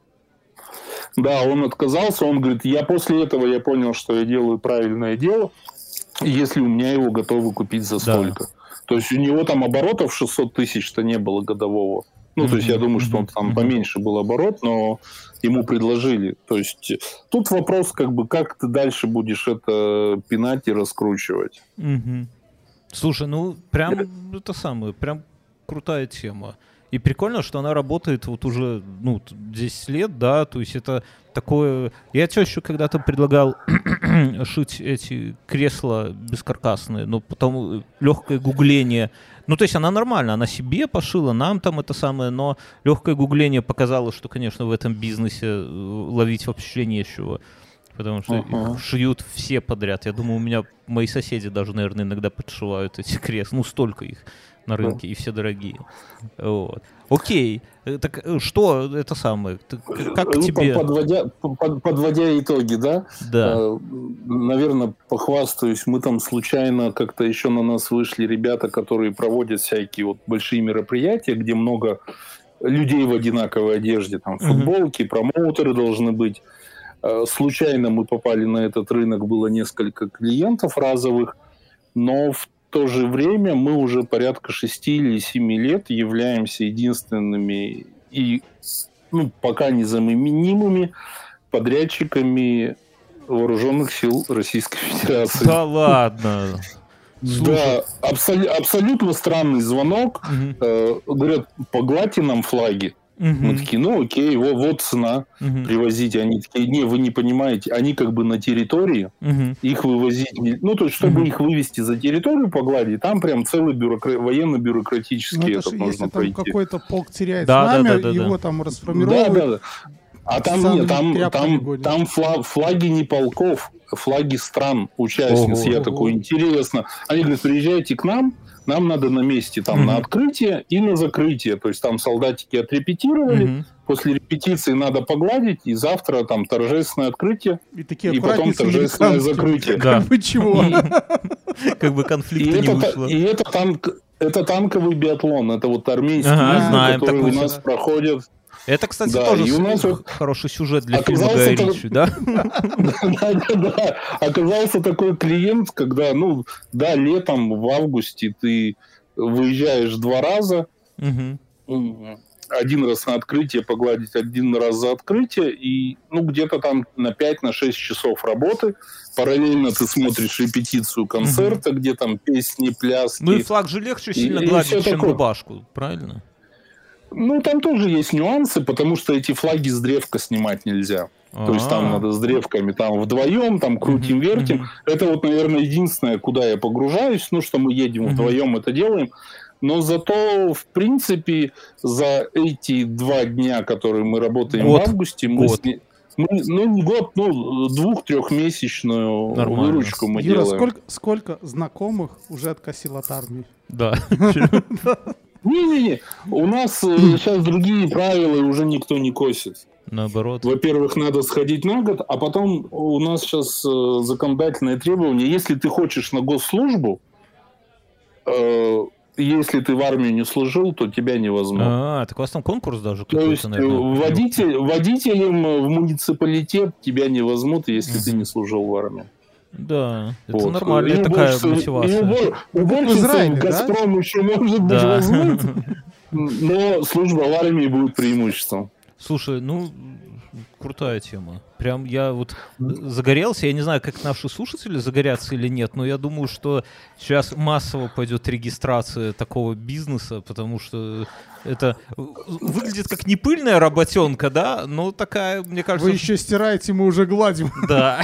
Да, он отказался, он говорит, я после этого я понял, что я делаю правильное дело, если у меня его готовы купить за столько. Да. То есть у него там оборотов шестьсот тысяч-то не было годового. Ну, mm-hmm. то есть я думаю, что он там mm-hmm. поменьше был оборот, но ему предложили. То есть тут вопрос, как бы, как ты дальше будешь это пинать и раскручивать. Mm-hmm. Слушай, ну, прям это самое, прям крутая тема. И прикольно, что она работает вот уже, ну, десять лет, да, то есть это такое... Я тебе еще когда-то предлагал шить эти кресла бескаркасные, но потом легкое гугление... Ну, то есть она нормально, она себе пошила, нам там это самое, но легкое гугление показало, что, конечно, в этом бизнесе ловить вообще нечего. Потому что uh-huh. их шьют все подряд. Я думаю, у меня мои соседи даже, наверное, иногда подшивают эти кресла. Ну, столько их на рынке, uh-huh. и все дорогие. Вот. Окей. Так что это самое? Как ну, тебе... Подводя, под, подводя итоги, да? Да. Э, наверное, похвастаюсь. Мы там случайно как-то еще на нас вышли ребята, которые проводят всякие вот большие мероприятия, где много людей в одинаковой одежде. Там футболки, uh-huh. промоутеры должны быть. Случайно мы попали на этот рынок, было несколько клиентов разовых, но в то же время мы уже порядка шести или семи лет являемся единственными и, ну, пока незаменимыми подрядчиками вооруженных сил Российской Федерации. Да ладно! Да, абсол- абсолютно странный звонок. Угу. Э, говорят, погладьте нам флаги. Угу. Мы такие, ну окей, вот, вот цена, угу. привозите. Они такие, не, вы не понимаете, они как бы на территории, угу. их вывозить, ну то есть, чтобы угу. их вывести за территорию, погладить, там прям целый бюрокра... военно-бюрократический ну, этот можно если пройти. Если там какой-то полк теряет да, знамя, да, да, его да. там расформировывают. Да, да, да. А там нет, там, там, там флаг, флаги не полков, флаги стран, участниц. Ого, я ого. такой, интересно. Они говорят, приезжайте к нам, нам надо на месте там mm-hmm. на открытие и на закрытие. То есть там солдатики отрепетировали, mm-hmm. после репетиции надо погладить, и завтра там торжественное открытие, и, такие и потом торжественное закрытие. Да. Как бы чего? Как бы конфликта не вышло. И это танк, это танковый биатлон, это вот армейский язык, который у нас проходит. Это, кстати, да, тоже у нас вот хороший сюжет для фильма Гая Ричи, да? Да-да-да. Оказался такой клиент, когда, ну, да, летом, в августе ты выезжаешь два раза, один раз на открытие погладить, один раз за открытие, и, ну, где-то там на пять-шесть часов работы. Параллельно ты смотришь репетицию концерта, где там песни, пляски. Ну и флаг же легче сильно гладить, чем рубашку, правильно? Ну, там тоже есть нюансы, потому что эти флаги с древка снимать нельзя. А-а-а. То есть там надо с древками, там вдвоем, там крутим, вертим. Mm-hmm. Это вот, наверное, единственное, куда я погружаюсь, ну, что мы едем mm-hmm. вдвоем, это делаем. Но зато, в принципе, за эти два дня, которые мы работаем год. в августе, мы, сни... мы ну, не год, ну, двух-трехмесячную выручку мы Юра, делаем. Сколько, сколько знакомых уже откосил от армии? Да. Не-не-не, у нас сейчас другие правила, и уже никто не косит. Наоборот. Во-первых, надо сходить на год, а потом у нас сейчас законодательное требование, если ты хочешь на госслужбу, э, если ты в армию не служил, то тебя не возьмут. А, так у вас там конкурс даже какой-то, то есть, наверное, водитель, водителем в муниципалитет тебя не возьмут, если uh-huh. ты не служил в армии. Да, это вот. Нормальная и такая уборщица, мотивация. Уборщица в «Газпром» да? еще, может быть, да. возьмут, но служба в армии будет преимуществом. Слушай, ну, крутая тема. Прям я вот загорелся, я не знаю, как наши слушатели загорятся или нет, но я думаю, что сейчас массово пойдет регистрация такого бизнеса, потому что это выглядит как не пыльная работенка, да, но такая, мне кажется... Вы еще стираете, мы уже гладим. Да.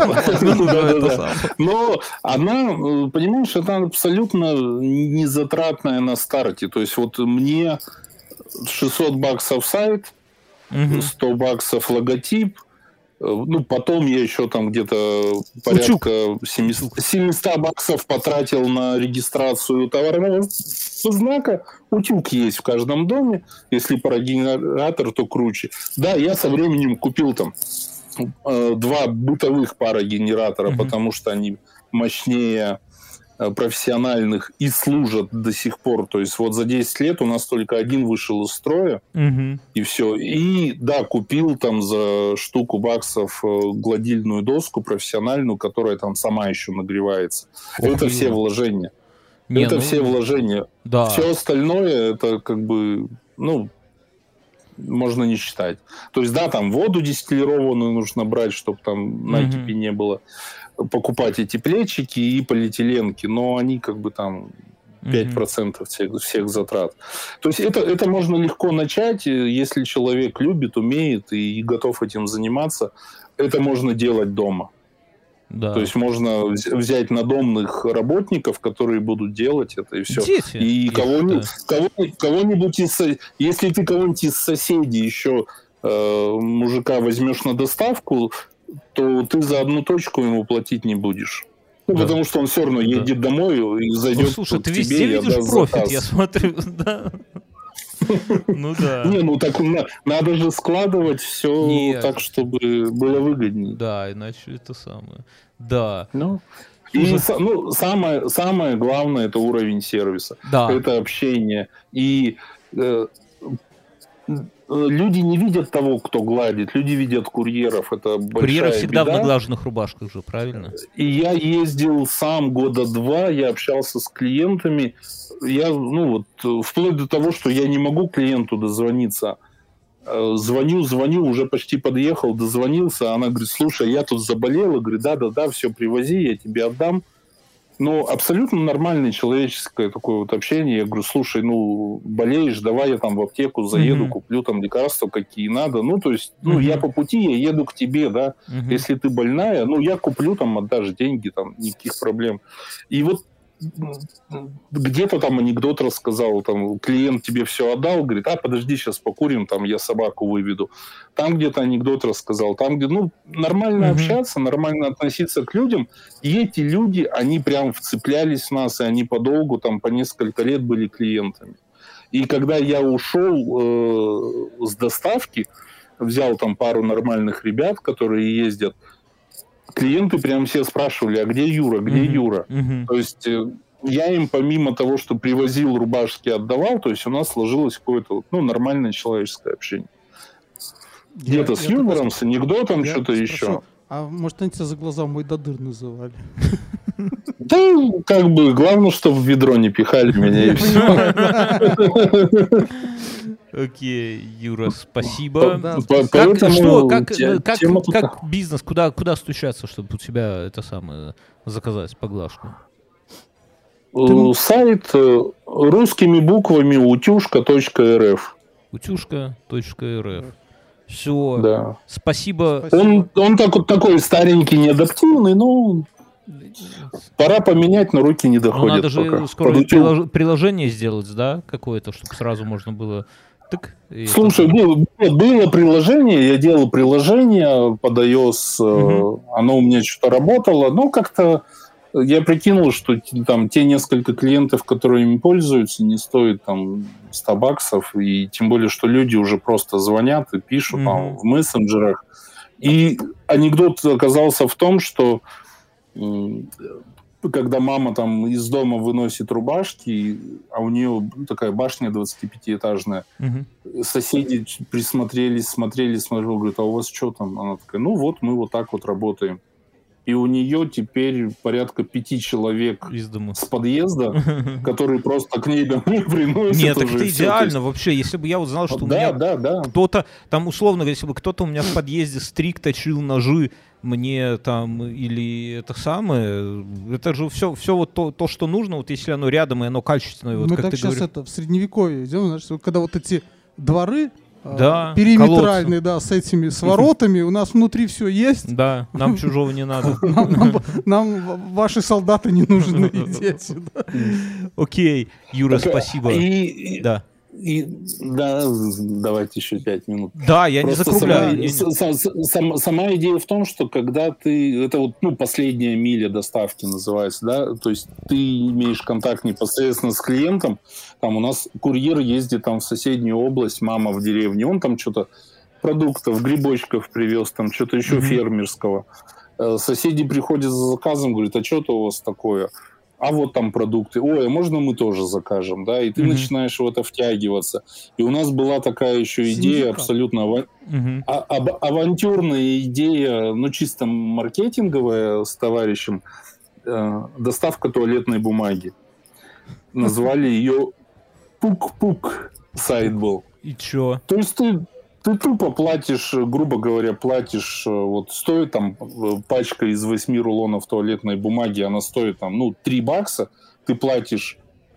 Но она, понимаешь, это абсолютно незатратная на старте. То есть вот мне шестьсот баксов сайт, сто баксов логотип, ну, потом я еще там где-то порядка семьсот баксов потратил на регистрацию товарного знака. Утюг есть в каждом доме. Если парогенератор, то круче. Да, я со временем купил там два бытовых парогенератора, mm-hmm. потому что они мощнее профессиональных и служат до сих пор. То есть вот за десять лет у нас только один вышел из строя, угу. и все. И да, купил там за штуку баксов гладильную доску профессиональную, которая там сама еще нагревается. Ох, это все вложения. Не, это ну... все вложения. Да. Все остальное это как бы, ну, можно не считать. То есть да, там воду дистиллированную нужно брать, чтобы там накипи угу. не было. Покупать эти плечики и полиэтиленки, но они как бы там пять процентов всех, всех затрат. То есть это, это можно легко начать, если человек любит, умеет и готов этим заниматься, это можно делать дома. Да. То есть можно взять надомных работников, которые будут делать это, и все. Дети. И кого-нибудь, да. кого, кого-нибудь из... Если ты кого-нибудь из соседей еще э, мужика возьмешь на доставку, то ты за одну точку ему платить не будешь. Ну, да. Потому что он все равно едет да. домой и зайдет. Ну, слушай, ты везде видишь профит, заказ. Я смотрю, да. Ну да. Не, ну так надо же складывать все так, чтобы было выгоднее. Да, иначе это самое. Да. Ну, и ну, самое, самое главное это уровень сервиса. Да. Это общение. И э, люди не видят того, кто гладит, люди видят курьеров. Это Курьеры большая всегда беда. В наглаженных рубашках же, правильно? И я ездил сам года два, я общался с клиентами. Я, ну вот, вплоть до того, что я не могу клиенту дозвониться. Звоню, звоню, уже почти подъехал, дозвонился. Она говорит, слушай, я тут заболела. Говорит, да-да-да, все, привози, я тебе отдам. Ну, абсолютно нормальное человеческое такое вот общение. Я говорю, слушай, ну, болеешь, давай я там в аптеку заеду, mm-hmm. куплю там лекарства, какие надо. Ну, то есть, ну, mm-hmm. я по пути, я еду к тебе, да. Mm-hmm. Если ты больная, ну, я куплю там, отдашь деньги, там, никаких проблем. И вот где-то там анекдот рассказал, там клиент тебе все отдал, говорит, а подожди, сейчас покурим, там я собаку выведу. Там где-то анекдот рассказал, там где, ну, нормально mm-hmm. общаться, нормально относиться к людям. И эти люди, они прям вцеплялись в нас, и они подолгу, там по несколько лет были клиентами. И когда я ушел э, с доставки, взял там пару нормальных ребят, которые ездят, клиенты прям все спрашивали, а где Юра, где mm-hmm. Юра? Mm-hmm. То есть э, я им помимо того, что привозил рубашки, отдавал, то есть у нас сложилось какое-то ну, нормальное человеческое общение. Я, Где-то я с юмором, с анекдотом, что-то спрошу, еще. А может, они тебя за глаза мой додыр называли? Да, как бы, главное, чтобы в ведро не пихали меня, и все. Окей, Юра, спасибо. Да, как, поэтому что, как, те, как, как бизнес, куда, куда стучаться, чтобы у тебя это самое заказать поглажку? Ты... Сайт русскими буквами утюжка точка эр эф. утюжка точка эр эф. Все. Да. Спасибо. Он, он так, такой старенький, неадаптивный, но пора поменять, но руки не доходят. Ну, надо же пока. Скоро прилож... приложение сделать, да, какое-то, чтобы сразу можно было... Тык, Слушай, это... было, было приложение, я делал приложение под iOS, угу. Оно у меня что-то работало, но как-то я прикинул, что там те несколько клиентов, которые им пользуются, не стоит там сто баксов, и тем более, что люди уже просто звонят и пишут угу. там в мессенджерах. И анекдот оказался в том, что когда мама там из дома выносит рубашки, а у нее такая башня двадцатипятиэтажная, угу. соседи присмотрелись, смотрели, смотрели, говорят, а у вас что там? Она такая, ну вот, мы вот так вот работаем. И у нее теперь порядка пяти человек из дома. С подъезда, которые просто к ней домой приносят. Нет, так это идеально вообще. Если бы я вот знал, что у меня кто-то, там условно, если бы кто-то у меня в подъезде стриг, точил ножи, мне там, или это самое, это же все, все вот то, то, что нужно, вот если оно рядом, и оно качественное. Вот, мы как так ты сейчас говоришь. это в Средневековье идем, знаешь, когда вот эти дворы да, периметральные, да, с этими, с воротами, у нас внутри все есть. Да, нам чужого не надо. Нам ваши солдаты не нужны, идите сюда. Окей, Юра, спасибо. Да. И, да, давайте еще пять минут. Да, я Просто не закругляю. Сама, не, не. Сама, сама идея в том, что когда ты... Это вот ну, последняя миля доставки называется, да? То есть ты имеешь контакт непосредственно с клиентом. Там у нас курьер ездит там в соседнюю область, мама в деревне. Он там что-то продуктов, грибочков привез, там что-то еще mm-hmm. фермерского. Соседи приходят за заказом, говорят, а что-то у вас такое? А вот там продукты. Ой, а можно мы тоже закажем, да? И ты mm-hmm. начинаешь в это втягиваться. И у нас была такая еще идея, Синдикат. абсолютно ава... mm-hmm. а- ав- авантюрная идея, ну, чисто маркетинговая с товарищем, э- доставка туалетной бумаги. Назвали ее Пук-Пук сайт был. И чё? То есть ты... Ты тупо платишь, грубо говоря, платишь, вот стоит там пачка из восьми рулонов туалетной бумаги, она стоит там, ну, три бакса, ты платишь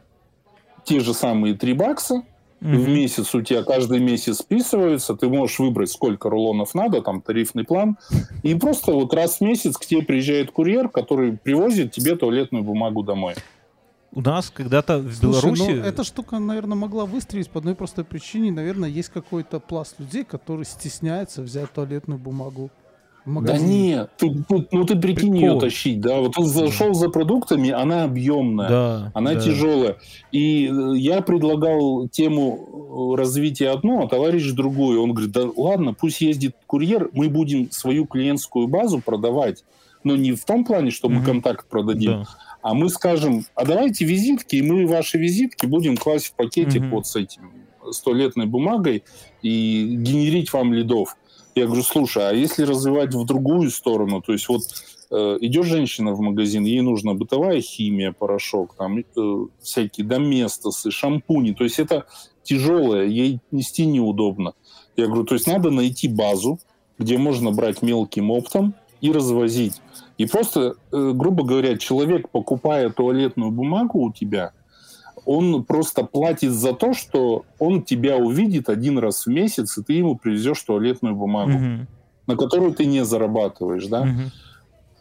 те же самые три бакса, mm-hmm. в месяц у тебя каждый месяц списывается, ты можешь выбрать, сколько рулонов надо, там тарифный план, и просто вот раз в месяц к тебе приезжает курьер, который привозит тебе туалетную бумагу домой. У нас когда-то в Слушай, Беларуси... ну, эта штука, наверное, могла выстрелить по одной простой причине. Наверное, есть какой-то пласт людей, которые стесняются взять туалетную бумагу в магазине. Да нет, ты, ты, ну ты прикинь Прикол. ее тащить, да. Вот он зашел за продуктами, она объемная, да, она да. тяжелая. И я предлагал тему развития одну, а товарищ другую. Он говорит, да ладно, пусть ездит курьер, мы будем свою клиентскую базу продавать. Но не в том плане, что мы mm-hmm. контакт продадим, да. А мы скажем, а давайте визитки, и мы ваши визитки будем класть в пакетик mm-hmm. вот с этим, с туалетной бумагой и генерить вам лидов. Я говорю, слушай, а если развивать в другую сторону, то есть вот э, идет женщина в магазин, ей нужна бытовая химия, порошок, там э, всякие доместосы, шампуни, то есть это тяжелое, ей нести неудобно. Я говорю, то есть надо найти базу, где можно брать мелким оптом и развозить. И просто, э, грубо говоря, человек, покупая туалетную бумагу у тебя, он просто платит за то, что он тебя увидит один раз в месяц, и ты ему привезешь туалетную бумагу, mm-hmm. на которую ты не зарабатываешь, да? Mm-hmm.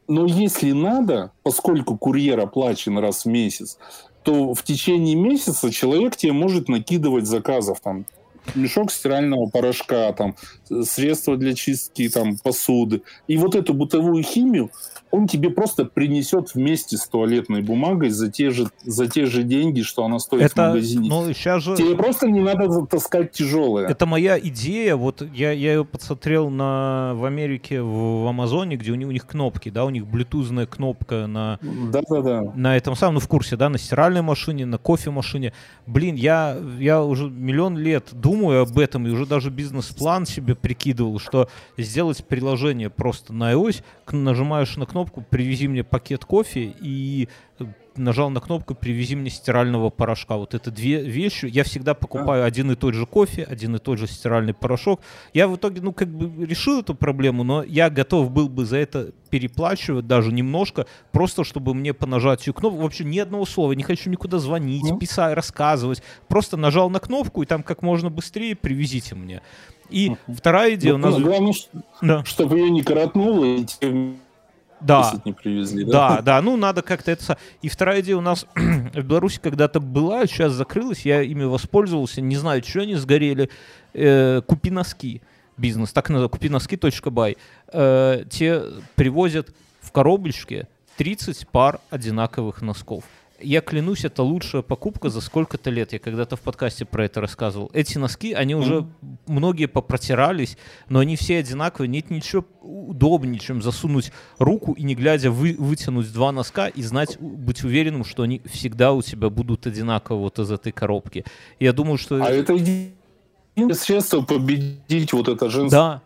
но если надо, поскольку курьер оплачен раз в месяц, то в течение месяца человек тебе может накидывать заказов, там, мешок стирального порошка, там, средства для чистки там, посуды. И вот эту бытовую химию он тебе просто принесет вместе с туалетной бумагой за те же, за те же деньги, что она стоит это, в магазине. Ну, сейчас же... Тебе просто не надо таскать тяжелое. Это моя идея. Вот я, я ее подсмотрел на, в Америке, в, в Амазоне, где у них, у них кнопки, да, у них блютузная кнопка на, да-да-да. на этом самом, ну, в курсе, да, на стиральной машине, на кофемашине. Блин, я, я уже миллион лет думаю об этом и уже даже бизнес-план себе прикидывал, что сделать приложение просто на iOS, нажимаешь на кнопку «Привези мне пакет кофе» и нажал на кнопку «Привези мне стирального порошка». Вот это две вещи. Я всегда покупаю да. один и тот же кофе, один и тот же стиральный порошок. Я в итоге, ну, как бы решил эту проблему, но я готов был бы за это переплачивать даже немножко, просто чтобы мне по нажатию кнопки, вообще ни одного слова, не хочу никуда звонить, mm. писать, рассказывать. Просто нажал на кнопку, и там как можно быстрее привезите мне. И uh-huh. вторая идея ну, у нас... Главное, да. чтобы ее не коротнуло, и тебе... Да, не привезли, да? да, да, ну надо как-то это... И вторая идея у нас в Беларуси когда-то была, сейчас закрылась, я ими воспользовался, не знаю, что они сгорели. Э, купи носки, бизнес, так называется, купи носки точка бай. Э, те привозят в коробочке тридцать пар одинаковых носков. Я клянусь, это лучшая покупка за сколько-то лет. Я когда-то в подкасте про это рассказывал. Эти носки, они уже mm-hmm. многие попротирались, но они все одинаковые. Нет ничего удобнее, чем засунуть руку и, не глядя, вы, вытянуть два носка и знать, быть уверенным, что они всегда у тебя будут одинаково вот из этой коробки. Я думаю, что... А это единственное средство победить вот это женское. Да.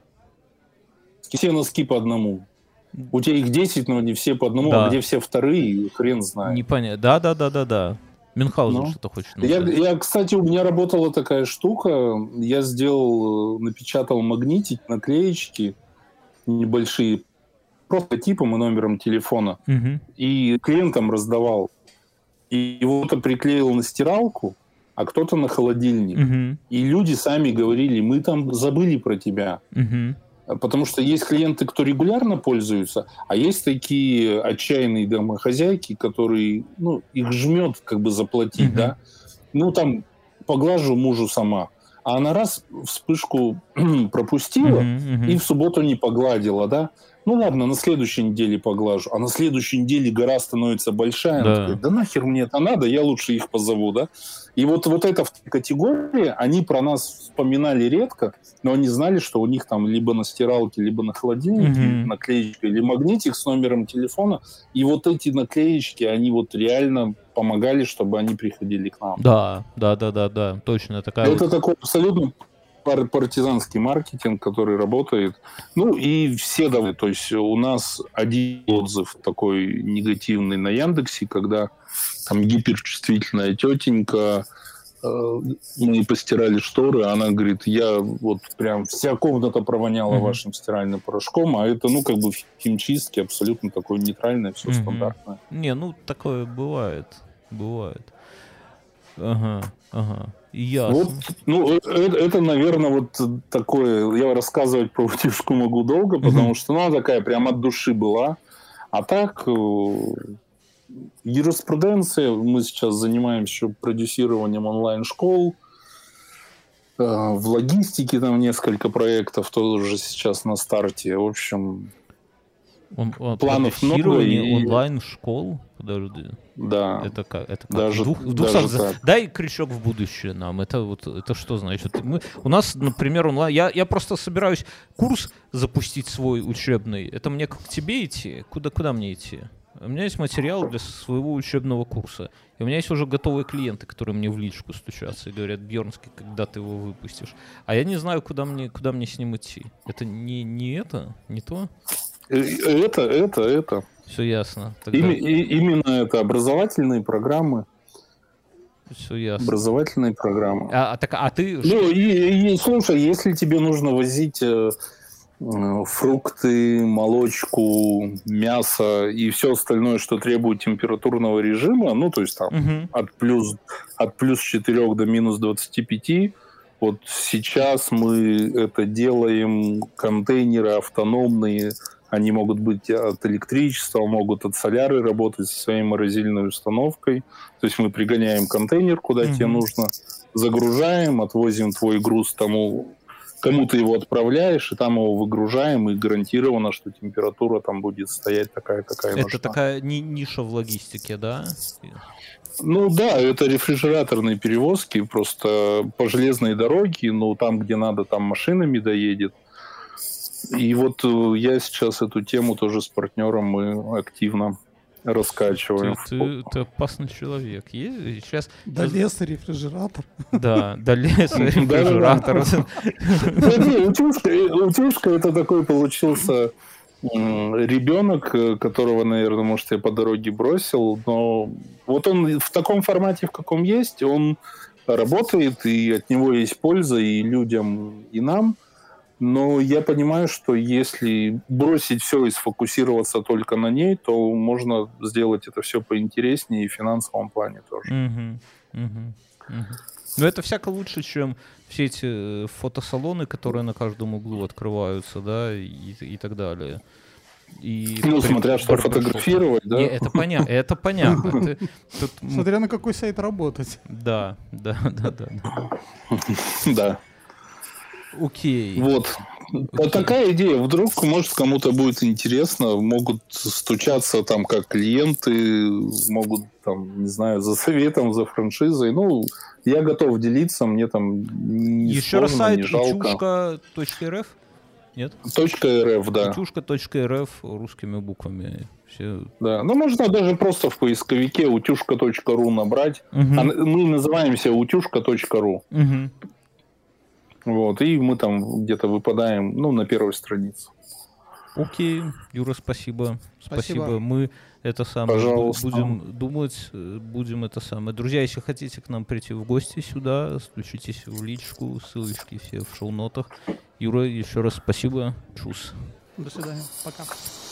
Все носки по одному. У тебя их десять, но не все по одному, да. а где все вторые, хрен знает. Непонятно. Да, да, да, да, да. Мюнхгаузен ну. что-то хочет я, я, кстати, у меня работала такая штука. Я сделал, напечатал магнитик, наклеечки небольшие, просто типом и номером телефона. Угу. И клиентам раздавал. И его кто-то приклеил на стиралку, а кто-то на холодильник. Угу. И люди сами говорили, мы там забыли про тебя. Угу. Потому что есть клиенты, кто регулярно пользуются, а есть такие отчаянные домохозяйки, которые, ну, их жмет как бы заплатить, mm-hmm. да. Ну, там, поглажу мужу сама. А она раз вспышку пропустила mm-hmm, mm-hmm. и в субботу не погладила, да. Ну, ладно, на следующей неделе поглажу. А на следующей неделе гора становится большая. Да, она такая, да нахер мне это надо, я лучше их позову, да. И вот, вот эта категория, они про нас вспоминали редко, но они знали, что у них там либо на стиралке, либо на холодильнике mm-hmm. наклеечка или магнитик с номером телефона. И вот эти наклеечки, они вот реально помогали, чтобы они приходили к нам. Да, да, да, да, да, точно. Такая это вот... такой абсолютно партизанский маркетинг, который работает. Ну и все давай. То есть у нас один отзыв такой негативный на Яндексе, когда там гиперчувствительная тетенька, э, мы постирали шторы, а она говорит, я вот прям вся комната провоняла mm-hmm. вашим стиральным порошком, а это, ну, как бы в химчистке абсолютно такое нейтральное, все mm-hmm. стандартное. Не, ну, такое бывает. Бывает. Ага, ага. Ясно. Вот, ну, это, это, наверное, вот такое... Я рассказывать про утюжку могу долго, потому mm-hmm. что ну, она такая прям от души была. А так, юриспруденция, мы сейчас занимаемся продюсированием онлайн-школ. В логистике там несколько проектов тоже сейчас на старте. В общем, он, он, планов много. И... онлайн-школ? Подожди. Да. Это как? Это как? Даже, в двух, в двух даже так. Дай крючок в будущее нам. Это вот это что значит? Мы, у нас, например, онлайн. Я, я просто собираюсь курс запустить свой учебный. Это мне к тебе идти? Куда, куда мне идти? У меня есть материал для своего учебного курса. И у меня есть уже готовые клиенты, которые мне в личку стучатся и говорят, Бьернский, когда ты его выпустишь? А я не знаю, куда мне, куда мне с ним идти. Это не, не это? Не то? Это, это, это. Все ясно. Тогда... Им, и, именно это образовательные программы. Все ясно. Образовательные программы. А, а, так, а ты... Ну, и, и, слушай, если тебе нужно возить э, фрукты, молочку, мясо и все остальное, что требует температурного режима, ну, то есть там угу. от, плюс, от плюс четыре до минус двадцать пять, вот сейчас мы это делаем, контейнеры автономные, Они могут быть от электричества, могут от соляры работать со своей морозильной установкой. То есть мы пригоняем контейнер, куда mm-hmm. тебе нужно, загружаем, отвозим твой груз тому, кому ты его отправляешь, и там его выгружаем, и гарантированно, что температура там будет стоять такая, какая это нужна. Это такая ни- ниша в логистике, да? Ну да, это рефрижераторные перевозки, просто по железной дороге, но там, где надо, там машинами доедет. И вот я сейчас эту тему тоже с партнером мы активно раскачиваем. Ты, ты, ты опасный человек. Есть? Сейчас... До леса рефрижератор. Да, до леса рефрижератор. Утюжка это такой получился ребенок, которого, наверное, может, я по дороге бросил, но вот он в таком формате, в каком есть, он работает, и от него есть польза и людям, и нам. Но я понимаю, что если бросить все и сфокусироваться только на ней, то можно сделать это все поинтереснее и в финансовом плане тоже. Угу, угу, угу. Но это всяко лучше, чем все эти фотосалоны, которые на каждом углу открываются, да, и, и так далее. И ну, смотря что фотографировать, да? Не, это понятно, это понятно. Ты, тут... Смотря на какой сайт работать. Да, да, да, да. Да. Окей. Вот. Okay. Такая идея. Вдруг, может, кому-то будет интересно. Могут стучаться там как клиенты, могут там, не знаю, за советом, за франшизой. Ну, я готов делиться, мне там не Еще сложно, раз сайт не жалко. утюжка точка эр эф? Нет? .рф, да. утюжка точка эр эф русскими буквами. Все. Да, ну можно даже просто в поисковике утюжка точка ру набрать. Uh-huh. А мы называемся утюжка точка ру. Uh-huh. Вот, и мы там где-то выпадаем, ну, на первой странице. Окей, Юра, спасибо. Спасибо. Спасибо. Мы это самое Пожалуйста. будем думать, будем это самое. Друзья, если хотите к нам прийти в гости сюда, стучитесь в личку, ссылочки все в шоу-нотах. Юра, еще раз спасибо. Чус. До свидания. Пока.